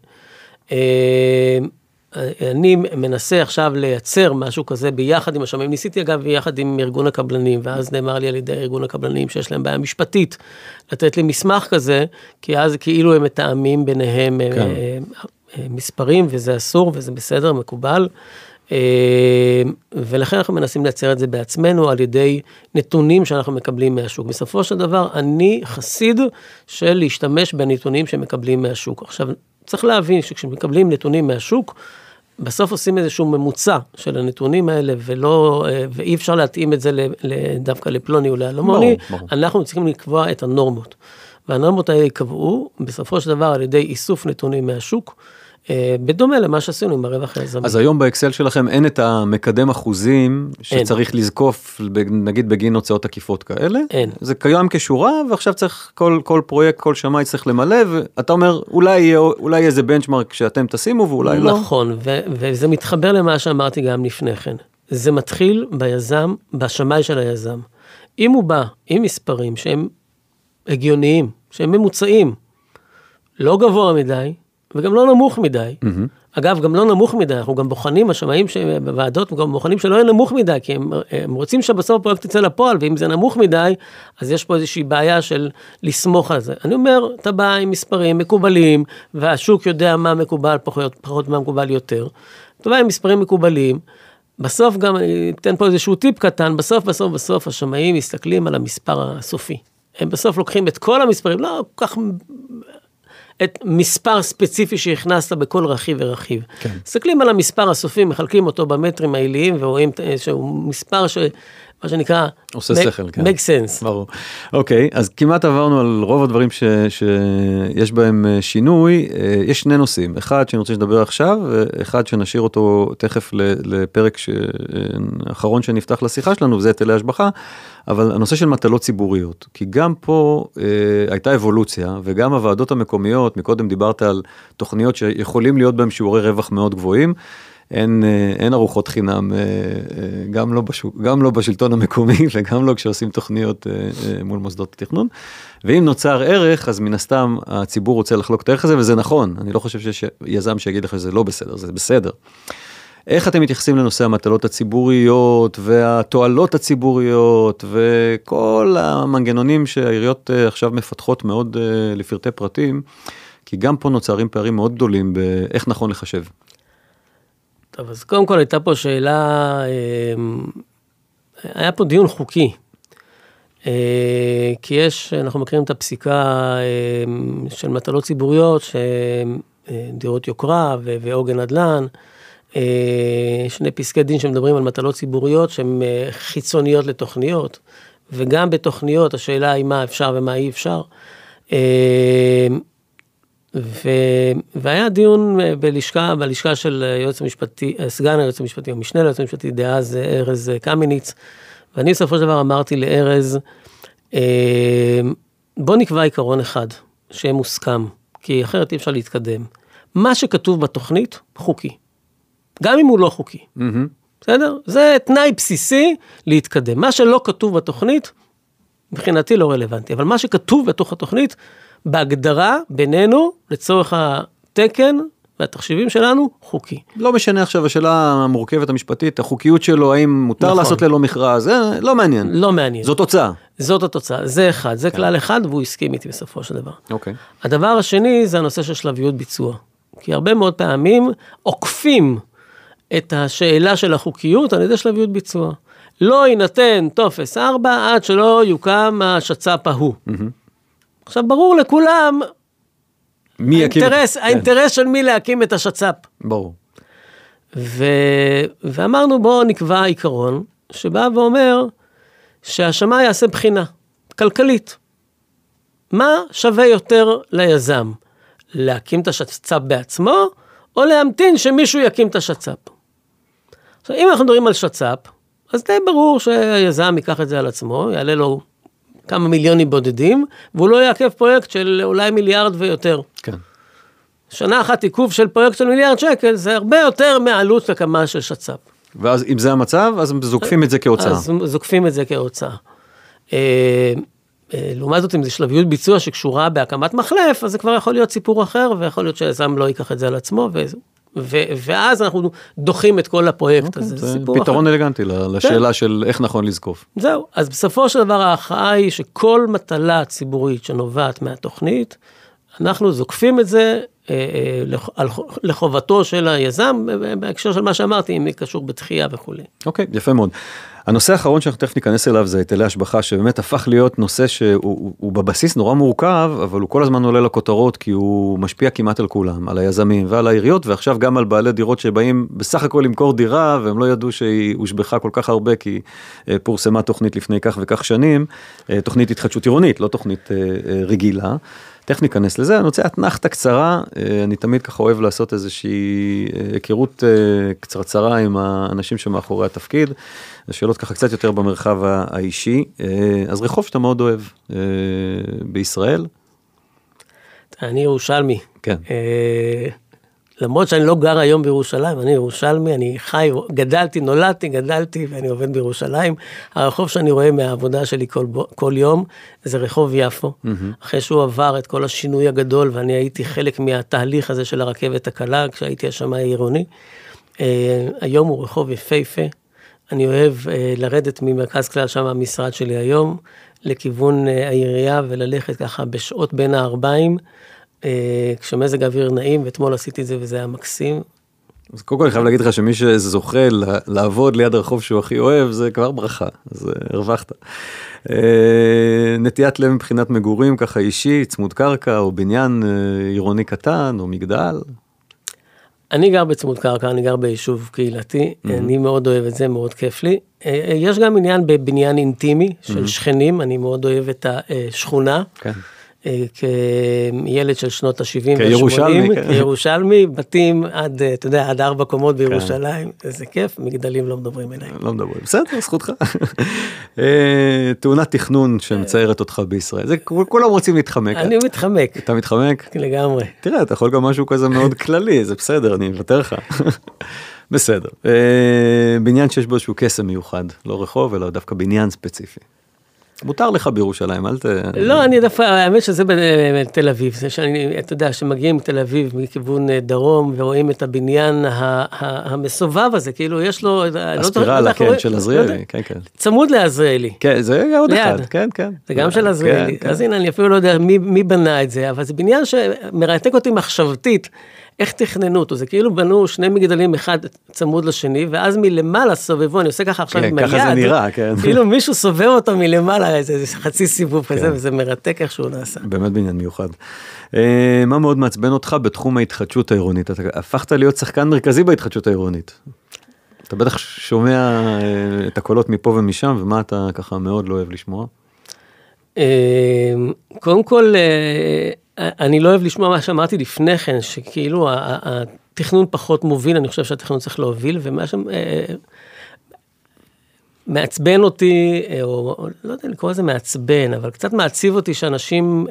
אני מנסה עכשיו לייצר משהו כזה ביחד עם השמאים, ניסיתי אגב ביחד עם ארגון הקבלנים, ואז נאמר לי על ידי ארגון הקבלנים שיש להם בעיה משפטית, לתת לי מסמך כזה, כי אז כאילו הם מתאמים ביניהם מספרים, וזה אסור וזה בסדר, מקובל, ולכן אנחנו מנסים לייצר את זה בעצמנו על ידי נתונים שאנחנו מקבלים מהשוק. בסופו של דבר, אני חסיד של להשתמש בנתונים שמקבלים מהשוק. עכשיו, צריך להבין שכשמקבלים נתונים מהשוק, בסוף עושים איזשהו ממוצע של הנתונים האלה, ואי אפשר להתאים את זה דווקא לפלוני או לאלמוני, אנחנו צריכים לקבוע את הנורמות. והנורמות האלה יקבעו, בסופו של דבר, על ידי איסוף נתונים מהשוק, בדומה למה שעשינו עם הרווח היזמי. אז היום באקסל שלכם אין את המקדם אחוזים שצריך לזקוף, נגיד בגין הוצאות עקיפות כאלה? אין. זה קיים כשורה, ועכשיו צריך כל פרויקט, כל שמאי צריך למלא, ואתה אומר, אולי יהיה איזה בנצ'מרק שאתם תשימו, ואולי לא. נכון, וזה מתחבר למה שאמרתי גם לפני כן. זה מתחיל ביזם, בשמאי של היזם. אם הוא בא עם מספרים שהם הגיוניים, שהם ממוצעים, לא גבוה מדי, וגם לא נמוך מדי. אגב, גם לא נמוך מדי, אנחנו גם בוחנים, השמאים בוועדות, גם בוחנים שלא יהיה נמוך מדי, כי הם רוצים שבסוף הפרויקט יצא לפועל, ואם זה נמוך מדי, אז יש פה איזושהי בעיה של לסמוך על זה. אני אומר, אתה בא עם מספרים מקובלים, והשוק יודע מה מקובל, פחות מה מקובל יותר. אתה בא עם מספרים מקובלים, בסוף גם, אני אתן פה איזשהו טיפ קטן, בסוף השמאים מסתכלים על המספר הסופי. הם בסוף לוקחים את כל המספרים, לא כך... את מספר ספציפי שהכנסת בכל רכיב ורכיב. כן. מסתכלים על המספר הסופי, מחלקים אותו במטרים העיליים, ורואים שהוא מספר מה שנקרא, עושה שכל, כן. make sense. ברור. אוקיי, אז כמעט עברנו על רוב הדברים שיש בהם שינוי. יש שני נושאים, אחד שאני רוצה לדבר עכשיו, ואחד שנשאיר אותו תכף לפרק האחרון שנפתח לשיחה שלנו, וזה היטלי השבחה, אבל הנושא של מטלות ציבוריות, כי גם פה הייתה אבולוציה, וגם הוועדות המקומיות, מקודם דיברת על תוכניות שיכולים להיות בהם שיעורי רווח מאוד גבוהים, אין ארוחות חינם, גם לא בשלטון המקומי, וגם לא כשעושים תוכניות מול מוסדות התכנון, ואם נוצר ערך, אז מן הסתם הציבור רוצה לחלוק את הערך הזה, וזה נכון, אני לא חושב שיש יזם שיגיד לך שזה לא בסדר, זה בסדר. איך אתם מתייחסים לנושא המטלות הציבוריות, והתועלות הציבוריות, וכל המנגנונים שהעיריות עכשיו מפתחות מאוד לפרטי פרטים, כי גם פה נוצרים פערים מאוד גדולים באיך נכון לחשב. טוב, אז קודם כל הייתה פה שאלה, היה פה דיון חוקי, כי אנחנו מכירים את הפסיקה של מטלות ציבוריות, דירות יוקרה ועוגן נדל"ן, שני פסקי דין שמדברים על מטלות ציבוריות שהן חיצוניות לתוכניות, וגם בתוכניות השאלה היא מה אפשר ומה אי אפשר, והיה דיון בלשכה של היועץ המשפטי, סגן היועץ המשפטי, או משנה ליועץ המשפטי דאז ארז קמיניץ, ואני בסופו של דבר אמרתי לארז, בוא נקבע עיקרון אחד, שיהיה מוסכם, כי אחרת אי אפשר להתקדם. מה שכתוב בתוכנית, חוקי. גם אם הוא לא חוקי. בסדר? זה תנאי בסיסי להתקדם. מה שלא כתוב בתוכנית, מבחינתי לא רלוונטי, אבל מה שכתוב בתוך התוכנית, בהגדרה בינינו, לצורך התקן והתחשיבים שלנו, חוקי. לא משנה עכשיו השאלה המורכבת המשפטית, החוקיות שלו, האם מותר נכון. לעשות ללא מכרז, זה לא מעניין. לא מעניין. זאת תוצאה. זאת התוצאה, זה אחד, זה כלל אחד, והוא הסכים איתי בסופו של דבר. אוקיי. הדבר השני זה הנושא של שלביות ביצוע. כי הרבה מאוד פעמים עוקפים את השאלה של החוקיות על ידי שלביות ביצוע. לא יינתן טופס 4 עד שלא יוקם השצ"פ ההוא. עכשיו ברור לכולם, האינטרס של מי להקים את השצ"פ. ברור. ואמרנו בואו נקבע עיקרון, שבא ואומר שהשמאי יעשה בחינה, כלכלית. מה שווה יותר ליזם? להקים את השצ"פ בעצמו, או להמתין שמישהו יקים את השצ"פ? עכשיו אם אנחנו מדברים על שצ"פ, אז די ברור שהיזם ייקח את זה על עצמו, יעלה לו כמה מיליונים בודדים, והוא לא יעכב פרויקט של אולי מיליארד ויותר. כן. שנה אחת עיכוב של פרויקט של מיליארד שקל, זה הרבה יותר מעלות הקמה של שצ"פ. ואז אם זה המצב, אז זוקפים את זה כהוצאה. אז זוקפים את זה כהוצאה. לעומת זאת, אם זה שלביות ביצוע שקשורה בהקמת מחלף, אז זה כבר יכול להיות סיפור אחר, ויכול להיות שהיזם לא ייקח את זה על עצמו, ואז אנחנו דוחים את כל הפרויקט הזה. זה פתרון אלגנטי לשאלה של איך נכון לזקוף. זהו, אז בסופו של דבר ההכרעה היא שכל מטלה ציבורית שנובעת מהתוכנית, אנחנו זוקפים את זה לחובתו של היזם, בהקשר של מה שאמרתי, אם היא קשור בתחייה וכו'. אוקיי, יפה מאוד. הנושא האחרון שאנחנו תכף ניכנס אליו זה היטלי השבחה, שבאמת הפך להיות נושא שהוא בבסיס נורא מורכב, אבל הוא כל הזמן עולה לכותרות, כי הוא משפיע כמעט על כולם, על היזמים ועל העיריות, ועכשיו גם על בעלי דירות שבאים בסך הכל למכור דירה, והם לא ידעו שהיא הושבחה כל כך הרבה, כי פורסמה תוכנית לפני כך וכך שנים, תוכנית התחדשות עירונית, לא תוכנית רגילה. תכף ניכנס לזה, אני רוצה אתנחתה קצרה, אני תמיד ככה אוהב לעשות איזושהי היכרות קצרצרה עם האנשים שמאחורי התפקיד, השאלות ככה קצת יותר במרחב האישי, אז רחוב שאתה מאוד אוהב בישראל? אני ירושלמי. כן. למרות שאני לא גר היום בירושלים, אני ירושלמי, אני חי, נולדתי, גדלתי, ואני עובד בירושלים. הרחוב שאני רואה מהעבודה שלי כל יום, זה רחוב יפו. אחרי שהוא עבר את כל השינוי הגדול, ואני הייתי חלק מהתהליך הזה של הרכבת הקלה, כשהייתי השמאי העירוני. היום הוא רחוב יפהפה. אני אוהב לרדת ממרכז כלל שם המשרד שלי היום, לכיוון העירייה, וללכת ככה בשעות בין הערביים, כשמזג האוויר נעים, ואתמול עשיתי את זה וזה היה מקסים. אז קודם כל אני חייב להגיד לך שמי שזוכה לעבוד ליד הרחוב שהוא הכי אוהב, זה כבר ברכה, אז הרווחת. נטיית לב מבחינת מגורים, ככה אישי, צמוד קרקע, או בניין עירוני קטן, או מגדל. אני גר בצמוד קרקע, אני גר ביישוב קהילתי, אני מאוד אוהב את זה, מאוד כיף לי. יש גם עניין בבניין אינטימי של שכנים, אני מאוד אוהב את השכונה. כן. כילד של שנות ה-70 וה-80, כירושלמי, בתים עד, אתה יודע, עד 4 קומות בירושלים, איזה כיף, מגדלים לא מדברים אליי. לא מדברים, בסדר, זכותך. תאונת תכנון שמציירת אותך בישראל, זה כולם רוצים להתחמק. אני מתחמק. אתה מתחמק? לגמרי. תראה, אתה יכול גם משהו כזה מאוד כללי, זה בסדר, אני מוותר לך. בסדר. בניין שיש בו איזשהו קסם מיוחד, לא רחוב, אלא דווקא בניין ספציפי. מותר לך בירושלים, אל ת... לא, אני דווקא, האמת שזה בתל אביב, זה שאני, אתה יודע, שמגיעים מתל אביב מכיוון דרום, ורואים את הבניין המסובב הזה, כאילו יש לו... הספירלה, כן, של עזריאלי, כן, כן. צמוד לעזריאלי. כן, זה עוד אחד, כן, כן. זה גם של עזריאלי. אז הנה, אני אפילו לא יודע מי בנה את זה, אבל זה בניין שמרתק אותי מחשבתית, איך תכננו אותו, זה כאילו בנו 2 מגדלים אחד צמוד לשני, ואז מלמעלה סובבו, אני עושה ככה עכשיו עם היד, ככה זה נראה, כן. כאילו מישהו סובב אותו מלמעלה, איזה חצי סיבוב כזה, וזה מרתק איך שהוא נעשה. באמת בניין מיוחד. מה מאוד מעצבן אותך בתחום ההתחדשות העירונית? אתה הפכת להיות שחקן מרכזי בהתחדשות העירונית. אתה בטח שומע את הקולות מפה ומשם, ומה אתה ככה מאוד לא אוהב לשמוע? קודם כל, אני לא אוהב לשמוע מה שאמרתי לפני כן, שכאילו התכנון פחות מוביל, אני חושב שהתכנון צריך להוביל, ומה שמעצבן אותי, או לא יודע לקרוא לזה מעצבן, אבל קצת מעציב אותי שאנשים,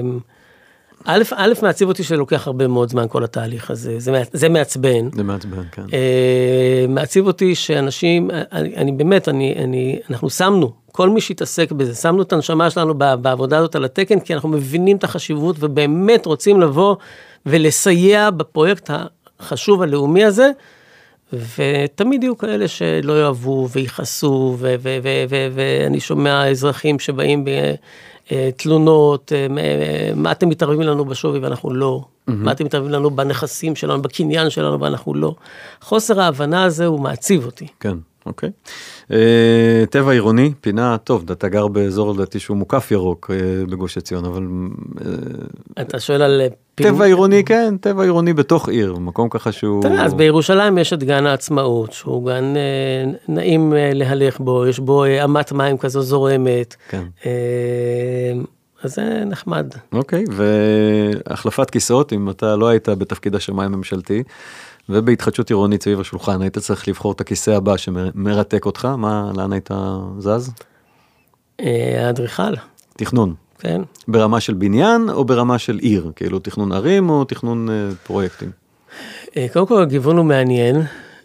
א' מעציב אותי שלוקח הרבה מאוד זמן כל התהליך הזה, זה מעצבן. זה מעצבן, כן. מעציב אותי שאנשים, אני באמת, אנחנו שמנו, כל מי שהתעסק בזה, שמנו את הנשמה שלנו בעבודה הזאת על התקן, כי אנחנו מבינים את החשיבות, ובאמת רוצים לבוא ולסייע בפרויקט החשוב הלאומי הזה, ותמיד יהיו כאלה שלא יאהבו ויחסו, ואני שומע אזרחים שבאים בתלונות, מה אתם מתערבים לנו בשווי ואנחנו לא, מה אתם מתערבים לנו בנכסים שלנו, בקניין שלנו ואנחנו לא. חוסר ההבנה הזה הוא מעציב אותי. כן. אוקיי. טבע עירוני, פינה, טוב, אתה גר באזור לדעתי שהוא מוקף ירוק בגוש עציון, אבל... אתה שואל על... טבע עירוני, כן, טבע עירוני בתוך עיר, מקום ככה שהוא... תראה, אז בירושלים יש את גן העצמאות, שהוא גן נעים להלך בו, יש בו אמת מים כזו זורמת. כן. אז זה נחמד. אוקיי, והחלפת כיסאות, אם אתה לא היית בתפקיד השמאי הממשלתי, ובהתחדשות עירונית סביב השולחן, היית צריך לבחור את הכיסא הבא שמרתק אותך, לאן היית זז? האדריכל. תכנון. כן. ברמה של בניין או ברמה של עיר? כאילו תכנון ערים או תכנון פרויקטים? קודם כל הגיוון הוא מעניין.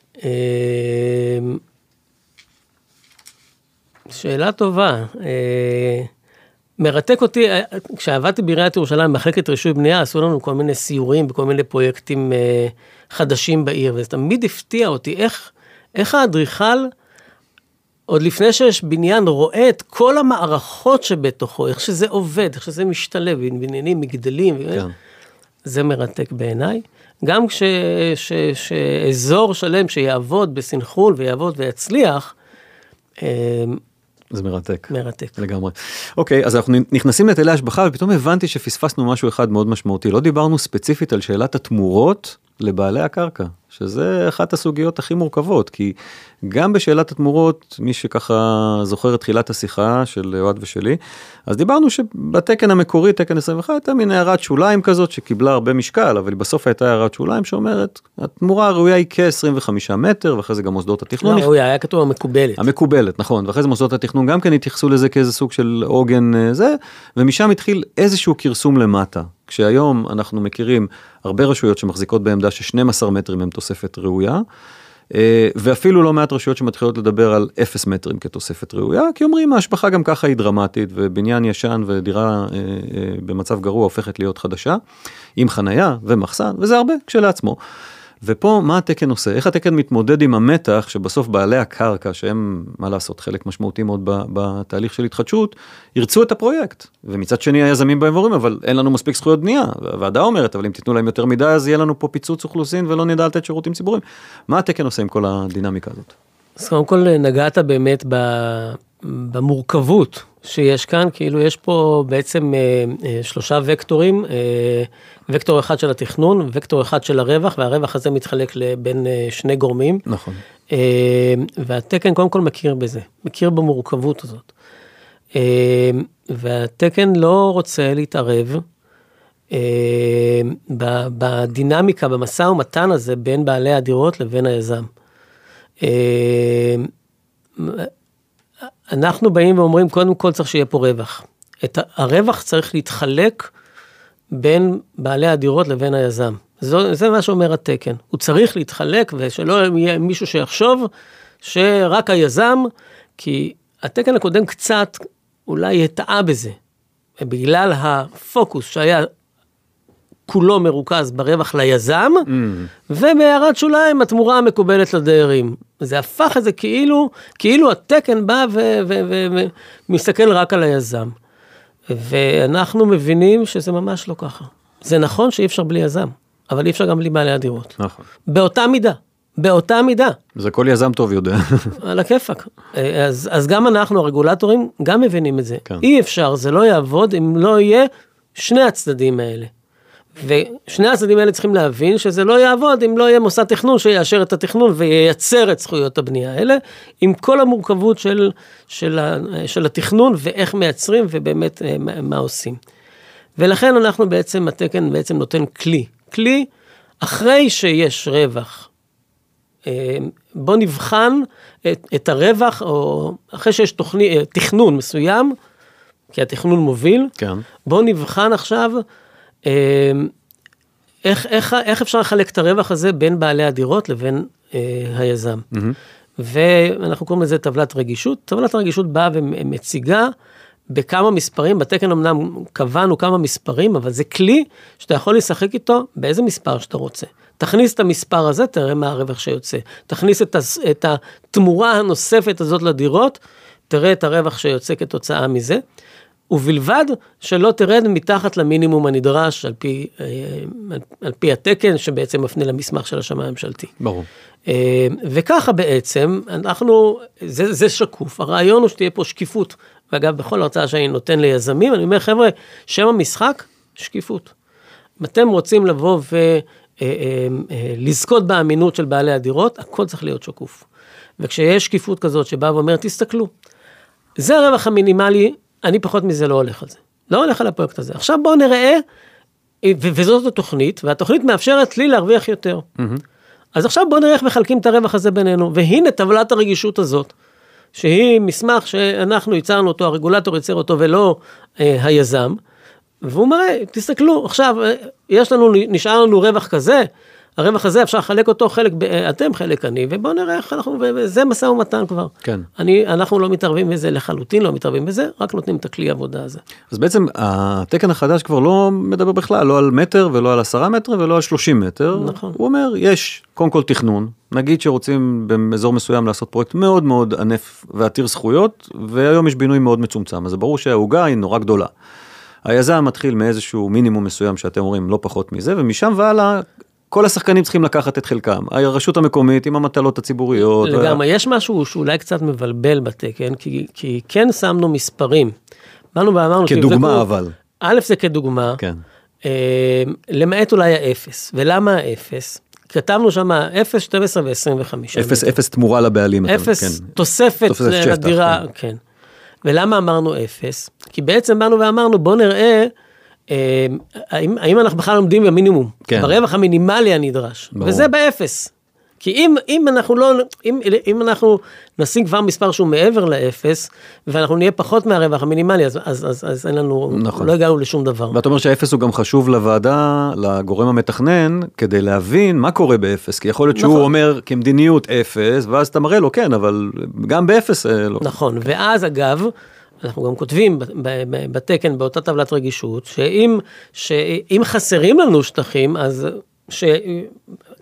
שאלה טובה. מרתק אותי, כשעבדתי בעיריית ירושלים, מחלקת רישוי בנייה, עשו לנו כל מיני סיורים בכל מיני פרויקטים חדשים בעיר, וזה תמיד הפתיע אותי, איך האדריכל, עוד לפני שיש בניין, רואה את כל המערכות שבתוכו, איך שזה עובד, איך שזה משתלב, בניינים, מגדלים, כן. זה מרתק בעיניי. גם כשאזור שלם שיעבוד בסנכרון ויעבוד ויצליח, זה מרתק. מרתק. לגמרי. אוקיי, אז אנחנו נכנסים לתלי השבחה, ופתאום הבנתי שפספסנו משהו אחד מאוד משמעותי. לא דיברנו ספציפית על שאלת התמורות לבעלי הקרקע, שזה אחת הסוגיות הכי מורכבות, כי גם בשאלת התמורות, מי שככה זוכר את תחילת השיחה של אוהד ושלי, אז דיברנו שבתקן המקורי, תקן 21, הייתה מין הערת שוליים כזאת, שקיבלה הרבה משקל, אבל בסוף הייתה הערת שוליים שאומרת, התמורה הראויה היא כ-25 מטר, ואחרי זה גם מוסדות התכנון. לא ראויה, היה כתוב המקובלת. המקובלת, נכון, ואחרי זה מוסדות התכנון גם כן התייחסו לזה כאיזה סוג של עוגן זה, ומשם התחיל איזשהו כרסום למטה. כשהיום אנחנו מכירים הרבה רשויות שמחזיקות בעמדה ש12 מטרים הם תוספת ראויה, ואפילו לא מעט רשויות שמתחילות לדבר על 0 מטרים כתוספת ראויה, כי אומרים, ההשבחה גם ככה היא דרמטית, ובניין ישן ודירה במצב גרוע הופכת להיות חדשה, עם חנייה ומחסן, וזה הרבה כשלעצמו. ופה מה התקן עושה? איך התקן מתמודד עם המתח שבסוף בעלי הקרקע, שהם, מה לעשות, חלק משמעותי מאוד בתהליך של התחדשות, ירצו את הפרויקט. ומצד שני היזמים בהם ואומרים, אבל אין לנו מספיק זכויות בנייה. והוועדה אומרת, אבל אם תיתנו להם יותר מדי, אז יהיה לנו פה פיצוץ אוכלוסין ולא נדע לתת שירותים ציבוריים. מה התקן עושה עם כל הדינמיקה הזאת? אז קודם כל נגעת באמת במורכבות שיש כאן, כאילו יש פה בעצם 3 וקטורים, וקטור אחד של התכנון, וקטור אחד של הרווח, והרווח הזה מתחלק בין 2 גורמים. נכון. והתקן קודם כל מכיר בזה, מכיר במורכבות הזאת. והתקן לא רוצה להתערב בדינמיקה, במשא ומתן הזה, בין בעלי הדירות לבין היזם. אנחנו באים ואומרים, קודם כל צריך שיהיה פה רווח. הרווח צריך להתחלק בין בעלי הדירות לבין היזם. זה מה שאומר התקן. הוא צריך להתחלק, ושלא יהיה מישהו שיחשוב שרק היזם, כי התקן הקודם קצת אולי יטעה בזה. בגלל הפוקוס שהיה כולו מרוכז ברווח ליזם, ובהערת שוליים התמורה המקובלת לדיירים. זה הפך את זה כאילו התקן בא ומסתכל רק על היזם. ואנחנו מבינים שזה ממש לא ככה. זה נכון שאי אפשר בלי יזם, אבל אי אפשר גם בלי בעלי הדירות. נכון. באותה מידה. זה כל יזם טוב יודע. על הכיפק. אז גם אנחנו, הרגולטורים, גם מבינים את זה. כן. אי אפשר, זה לא יעבוד אם לא יהיה 2 הצדדים האלה. ושני הצדדים האלה צריכים להבין שזה לא יעבוד אם לא יהיה מוסד תכנון שיאשר את התכנון וייצר את זכויות הבנייה האלה, עם כל המורכבות של התכנון ואיך מייצרים ובאמת מה עושים. ולכן אנחנו בעצם, התקן בעצם נותן כלי, אחרי שיש רווח, בוא נבחן את הרווח, או אחרי שיש תכנון מסוים, כי התכנון מוביל, כן. בוא נבחן עכשיו, איך אפשר לחלק את הרווח הזה בין בעלי הדירות לבין היזם. ואנחנו קוראים לזה טבלת רגישות. טבלת הרגישות באה ומציגה בכמה מספרים, בתקן אמנם קבענו כמה מספרים, אבל זה כלי שאתה יכול לשחק איתו באיזה מספר שאתה רוצה. תכניס את המספר הזה, תראה מה הרווח שיוצא. תכניס את התמורה הנוספת הזאת לדירות, תראה את הרווח שיוצא כתוצאה מזה. ובלבד שלא תרד מתחת למינימום הנדרש על פי התקן שבעצם מפנה למסמך של השמאי הממשלתי. ברור. וככה בעצם זה שקוף. הרעיון הוא שתהיה פה שקיפות. ואגב, בכל הרצאה שאני נותן ליזמים, אני אומר, חבר'ה, שם המשחק, שקיפות. אם אתם רוצים לבוא ולזכות באמינות של בעלי הדירות, הכל צריך להיות שקוף. וכשיש שקיפות כזאת שבאה ואומרת, תסתכלו, זה הרווח המינימלי, אני פחות מזה לא הולך על זה. לא הולך על הפרויקט הזה. עכשיו בואו נראה, וזאת התוכנית, והתוכנית מאפשרת לי להרוויח יותר. אז עכשיו בואו נראה איך מחלקים את הרווח הזה בינינו, והנה טבלת הרגישות הזאת, שהיא מסמך שאנחנו ייצרנו אותו, הרגולטור ייצר אותו ולא היזם, והוא מראה, תסתכלו, עכשיו נשאר לנו רווח כזה, הרווח הזה אפשר לחלק אותו, חלק אתם, חלק אני, ובואו נראה איך אנחנו, וזה משא ומתן כבר. כן. אנחנו לא מתערבים בזה לחלוטין, לא מתערבים בזה, רק נותנים את הכלי העבודה הזה. אז בעצם התקן החדש כבר לא מדבר בכלל, לא על מטר ולא על 10 מטר ולא על 30 מטר. נכון. הוא אומר, יש קודם כל תכנון, נגיד שרוצים באזור מסוים לעשות פרויקט מאוד מאוד ענף ועתיר זכויות, והיום יש בינוי מאוד מצומצם, אז זה ברור שההוגה היא נורא גדולה. היזם מתחיל מאיזשהו מינימום מסוים שאתם אומרים לא פחות מזה, ומשם והלאה כל השחקנים צריכים לקחת את חלקם. הרשות המקומית עם המטלות הציבוריות. לגמרי, יש משהו שאולי קצת מבלבל בתקן, כי כן שמנו מספרים. באנו ואמרנו... כדוגמה אבל. א' זה כדוגמה. כן. למעט אולי האפס. ולמה האפס? כתבנו שם 0, 12 ו-25. אפס תמורה לבעלים. אפס תוספת לדירה. כן. ולמה אמרנו 0? כי בעצם באנו ואמרנו, בוא נראה האם אנחנו בכלל עומדים במינימום, ברווח המינימלי הנדרש, וזה באפס. כי אם אנחנו נשים כבר מספר שהוא מעבר לאפס, ואנחנו נהיה פחות מהרווח המינימלי, אז אין לנו, לא הגענו לשום דבר. ואת אומר שהאפס הוא גם חשוב לוועדה, לגורם המתכנן, כדי להבין מה קורה באפס, כי יכול להיות שהוא אומר כמדיניות אפס, ואז אתה מראה לו, כן, אבל גם באפס לא. נכון, ואז אגב, אנחנו גם כותבים בתקן, באותה טבלת רגישות, שאם חסרים לנו שטחים, אז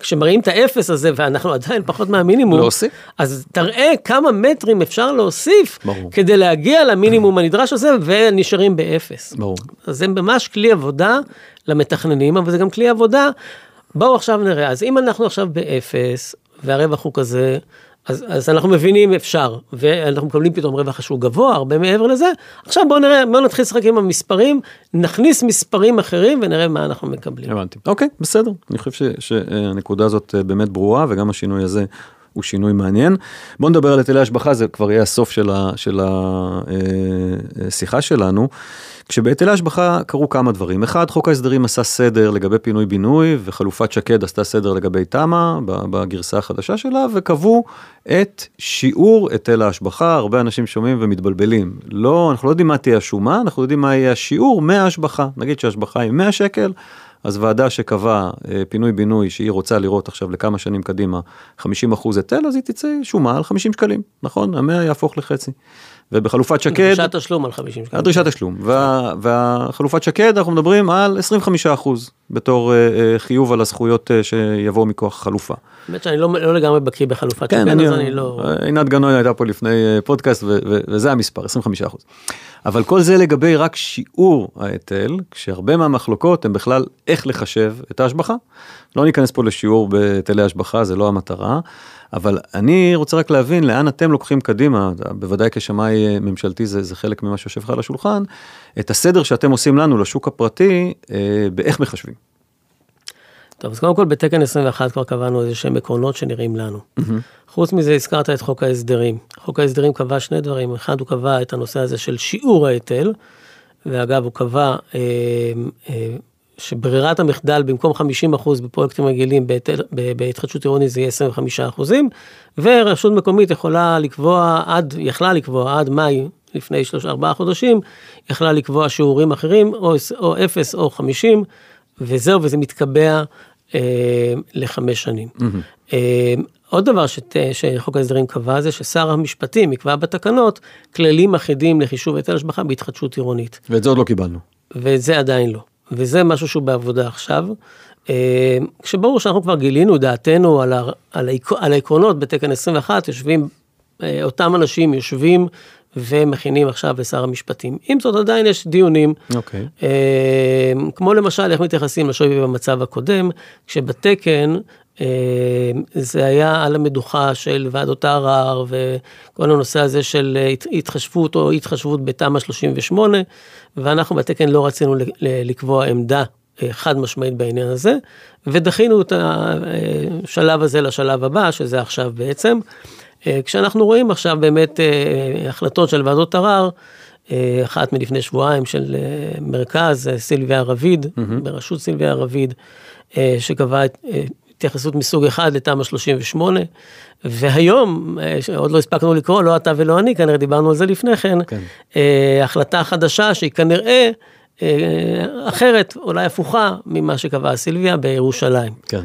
כשמראים את האפס הזה, ואנחנו עדיין פחות מהמינימום, להוסיף. אז תראה כמה מטרים אפשר להוסיף, ברור. כדי להגיע למינימום הנדרש הזה, ונשארים באפס. ברור. אז זה ממש כלי עבודה למתכננים, אבל זה גם כלי עבודה. בואו עכשיו נראה, אז אם אנחנו עכשיו באפס, והרווח הוא כזה, אז אנחנו מבינים אפשר, ואנחנו מקבלים פתאום רווח שהוא גבוה, הרבה מעבר לזה. עכשיו בואו נתחיל לשחק עם המספרים, נכניס מספרים אחרים, ונראה מה אנחנו מקבלים. הבנתי. אוקיי, בסדר. אני חושב שהנקודה הזאת באמת ברורה, וגם השינוי הזה הוא שינוי מעניין. בואו נדבר על היטלי השבחה, זה כבר יהיה הסוף של השיחה שלנו. כשבהיטלי השבחה קרו כמה דברים. אחד, חוק ההסדרים עשה סדר לגבי פינוי-בינוי, וחלופת שקד עשתה סדר לגבי תמה, בגרסה החדשה שלה, וקבעו את שיעור היטל ההשבחה. הרבה אנשים שומעים ומתבלבלים. לא, אנחנו לא יודעים מה תהיה השומה, אנחנו יודעים מה יהיה השיעור מההשבחה. נגיד שההשבחה היא 100 שקל, אז ועדה שקבעה פינוי-בינוי שהיא רוצה לראות עכשיו לכמה שנים קדימה 50% היטל, אז היא תצא שומה על 50 שקלים, נכון? 100 יהפוך לחצי. ובחלופת שקד... דרישת תשלום על 50 שקלים. דרישת תשלום. והחלופת שקד אנחנו מדברים על 25% בתור חיוב על הזכויות שיבואו מכוח חלופה. באמת שאני לא לגמרי בקיא בחלופת שקד, אז אני לא... עינת גנוי הייתה פה לפני פודקאסט, וזה המספר, 25%. אבל כל זה לגבי רק שיעור ההיטל, כשהרבה מהמחלוקות הם בכלל איך לחשב את ההשבחה. לא ניכנס פה לשיעור בהיטלי השבחה, זה לא המטרה, אבל אני רוצה רק להבין לאן אתם לוקחים קדימה, בוודאי כשמאי ממשלתי זה חלק ממה שיושב לך על השולחן, את הסדר שאתם עושים לנו לשוק הפרטי, באיך מחשבים. טוב, אז קודם כל בתקן 21 כבר קבענו איזה שהם עקרונות שנראים לנו. חוץ מזה הזכרת את חוק ההסדרים. חוק ההסדרים קבע שני דברים. אחד, הוא קבע את הנושא הזה של שיעור ההיטל, ואגב, הוא קבע שברירת המחדל במקום 50% בפרויקטים רגילים בהתחדשות עירונית זה יהיה 25%, ורשות מקומית יכלה לקבוע עד מאי לפני 3-4 חודשים, יכלה לקבוע שיעורים אחרים, או 0 או 50, וזהו, וזה מתקבע ל5 שנים. עוד דבר שחוק ההסדרים קבע זה ששר המשפטים יקבע בתקנות כללים אחידים לחישוב היטל השבחה בהתחדשות עירונית. ואת זה עוד לא קיבלנו. ואת זה עדיין לא. וזה משהו שהוא בעבודה עכשיו. כשברור שאנחנו כבר גילינו דעתנו על העקרונות בתקן 21, אותם אנשים יושבים ומכינים עכשיו לשר המשפטים. עם זאת עדיין יש דיונים, כמו למשל איך מתייחסים לשווי במצב הקודם, כשבתקן זה היה על המדוחה של ועדות הערר, וכל הנושא הזה של התחשבות או התחשבות בתמ"א 38, ואנחנו בתקן לא רצינו לקבוע עמדה חד משמעית בעניין הזה, ודחינו את השלב הזה לשלב הבא, שזה עכשיו בעצם, כשאנחנו רואים עכשיו באמת החלטות של ועדות ערר, אחת מלפני שבועיים של מרכז סילביה רביד, בראשות סילביה רביד, שקבעה התייחסות מסוג אחד לתמ"א 38, והיום, עוד לא הספקנו לקרוא, לא אתה ולא אני, כנראה דיברנו על זה לפני כן, החלטה חדשה שהיא כנראה אחרת, אולי הפוכה ממה שקבעה סילביה בירושלים. כן.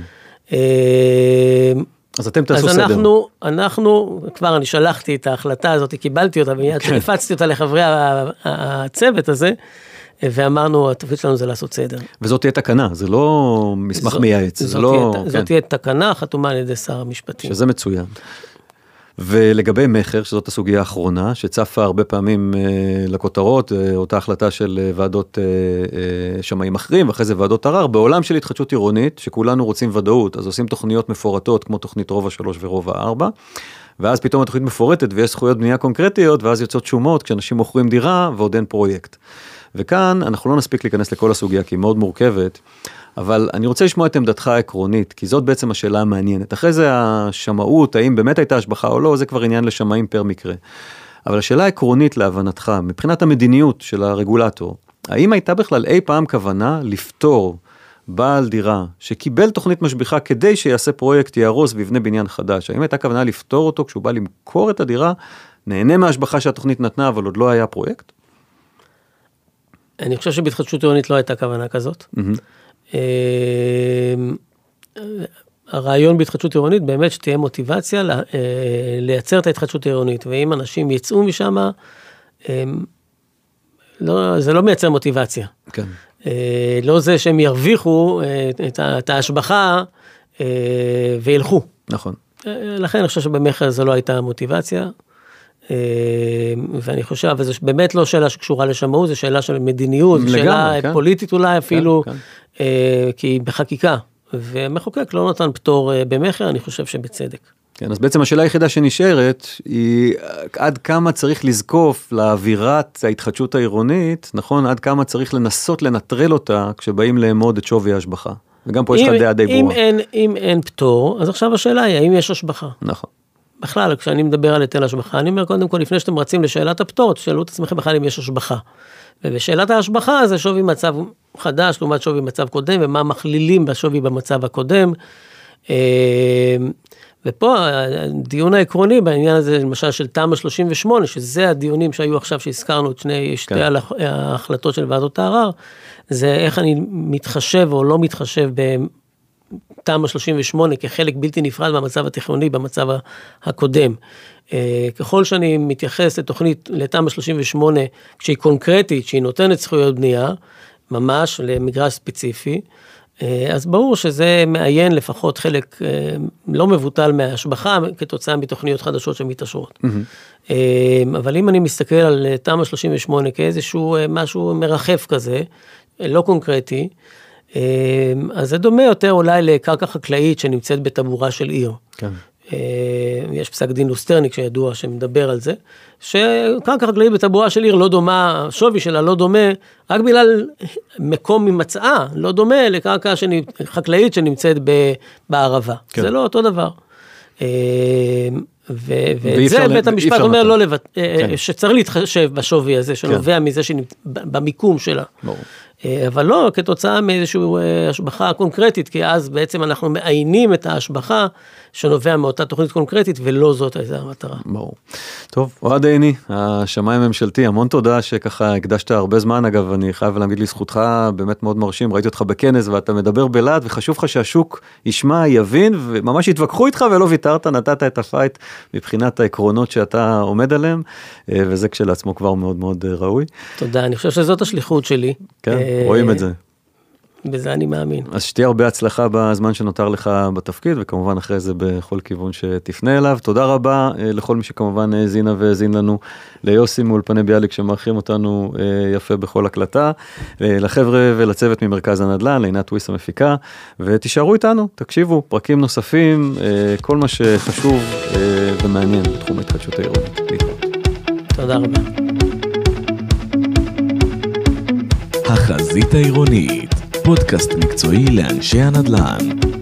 אז אתם תעשו סדר. אז אנחנו, כבר אני שלחתי את ההחלטה הזאת, קיבלתי אותה, מיד הפצתי אותה לחברי הצוות הזה, ואמרנו, התפקיד שלנו זה לעשות סדר. וזאת תהיה תקנה, זה לא מסמך מייעץ. זאת תהיה תקנה חתומה על ידי שר המשפטים. שזה מצוין. ולגבי מחר, שזאת הסוגיה האחרונה, שצפה הרבה פעמים לכותרות, אותה החלטה של ועדות שמאים אחרים, ואחרי זה ועדות ערר, בעולם של התחדשות עירונית, שכולנו רוצים ודאות, אז עושים תוכניות מפורטות, כמו תוכנית רובע 3 ורובע 4, ואז פתאום התוכנית מפורטת, ויש זכויות בנייה קונקרטיות, ואז יוצאות שומות, כשאנשים מוכרים דירה, ועוד אין פרויקט. וכאן אנחנו לא נספיק להיכנס לכל הסוגיה, כי היא מאוד מורכבת, אבל אני רוצה לשמוע את עמדתך העקרונית, כי זאת בעצם השאלה המעניינת. אחרי זה השמאות, האם באמת הייתה השבחה או לא, זה כבר עניין לשמאים פר מקרה. אבל השאלה העקרונית להבנתך, מבחינת המדיניות של הרגולטור, האם הייתה בכלל אי פעם כוונה לפתור בעל דירה שקיבל תוכנית משביחה כדי שיעשה פרויקט, יהרוס ויבנה בניין חדש? האם הייתה כוונה לפתור אותו כשהוא בא למכור את הדירה, נהנה מההשבחה שהתוכנית נתנה, אבל עוד לא היה פרויקט? אני חושב שבהתחדשות עירונית לא הייתה כוונה כזאת. הרעיון בהתחדשות עירונית באמת שתהיה מוטיבציה לייצר את ההתחדשות העירונית, ואם אנשים יצאו משם, זה לא מייצר מוטיבציה. כן. לא זה שהם ירוויחו את ההשבחה, וילכו. נכון. לכן אני חושב שבמחר זו לא הייתה המוטיבציה, ואני חושב, וזו באמת לא שאלה שקשורה לשמאות, זו שאלה של מדיניות, זו שאלה פוליטית אולי אפילו, כי היא בחקיקה, ומחוקק לא נתן פטור במחר, אני חושב שבצדק. כן, אז בעצם השאלה היחידה שנשארת, היא עד כמה צריך לזקוף לאווירת ההתחדשות העירונית, נכון? עד כמה צריך לנסות לנטרל אותה, כשבאים לאמוד את שווי ההשבחה. וגם פה יש לך דעה די ברורה. אם אין פטור, אז עכשיו השאלה היא, האם יש השבחה? נכון. בכלל, כשאני מדבר על היטל השבחה, אני אומר קודם כל, לפני שאתם רצים לשאלת הפטור, תשאלו את עצמכם בכלל אם יש השבחה. ובשאלת ההשבחה, זה שווי מצב חדש, לעומת שווי מצב קודם, ומה מכלילים בשווי במצב הקודם. ופה הדיון העקרוני בעניין הזה, למשל של תמ"א 38, שזה הדיונים שהיו עכשיו שהזכרנו את שתי ההחלטות של ועדות הערר, זה איך אני מתחשב או לא מתחשב בתמ"א 38 כחלק בלתי נפרד מהמצב התכנוני במצב הקודם. ככל שאני מתייחס לתמ"א 38, כשהיא קונקרטית, שהיא נותנת זכויות בנייה, ממש למגרש ספציפי, אז ברור שזה מעיין לפחות חלק לא מבוטל מההשבחה, כתוצאה מתוכניות חדשות שמתאשרות. אבל אם אני מסתכל על תמ"א 38 כאיזשהו משהו מרחף כזה, לא קונקרטי, אז זה דומה יותר אולי לקרקע חקלאית שנמצאת בטבורה של עיר. כן. יש פסק דין לוסטרניק שידוע שמדבר על זה, שקרקע חקלאית בטבורה של עיר לא דומה, שווי שלה לא דומה, רק בגלל מקום ממצאה, לא דומה לקרקע חקלאית שנמצאת בערבה. כן. זה לא אותו דבר. ואת זה בית המשפט אומר לא שצריך להתחשב בשווי הזה, שנובע מזה במיקום שלה. ברור. אבל לא כתוצאה מאיזושהי השבחה קונקרטית, כי אז בעצם אנחנו מעיינים את ההשבחה שנובע מאותה תוכנית קונקרטית, ולא זאת הייתה המטרה. ברור. טוב, אוהד עיני, השמאי הממשלתי, המון תודה שככה הקדשת הרבה זמן, אגב, אני חייב להגיד לזכותך, באמת מאוד מרשים, ראיתי אותך בכנס ואתה מדבר בלעד, וחשוב לך שהשוק ישמע, יבין, וממש יתווכחו איתך ולא ויתרת, נתת את הפייט מבחינת העקרונות שאתה עומד עליהם, וזה כשלעצמו כבר מאוד מאוד ראוי. תודה, אני חושב שזאת השליחות שלי. כן, רואים את זה. בזה אני מאמין. אז שתהיה הרבה הצלחה בזמן שנותר לך בתפקיד, וכמובן אחרי זה בכל כיוון שתפנה אליו. תודה רבה לכל מי שכמובן האזינה והאזין לנו, ליוסי מאולפני ביאליק שמארחים אותנו יפה בכל הקלטה, לחבר'ה ולצוות ממרכז הנדל"ן, לעינת וויס המפיקה, ותישארו איתנו, תקשיבו, פרקים נוספים, כל מה שחשוב ומעניין בתחום ההתחדשות העירונית. תודה רבה. החזית העירונית, פודקאסט מקצועי לאנשי הנדל"ן.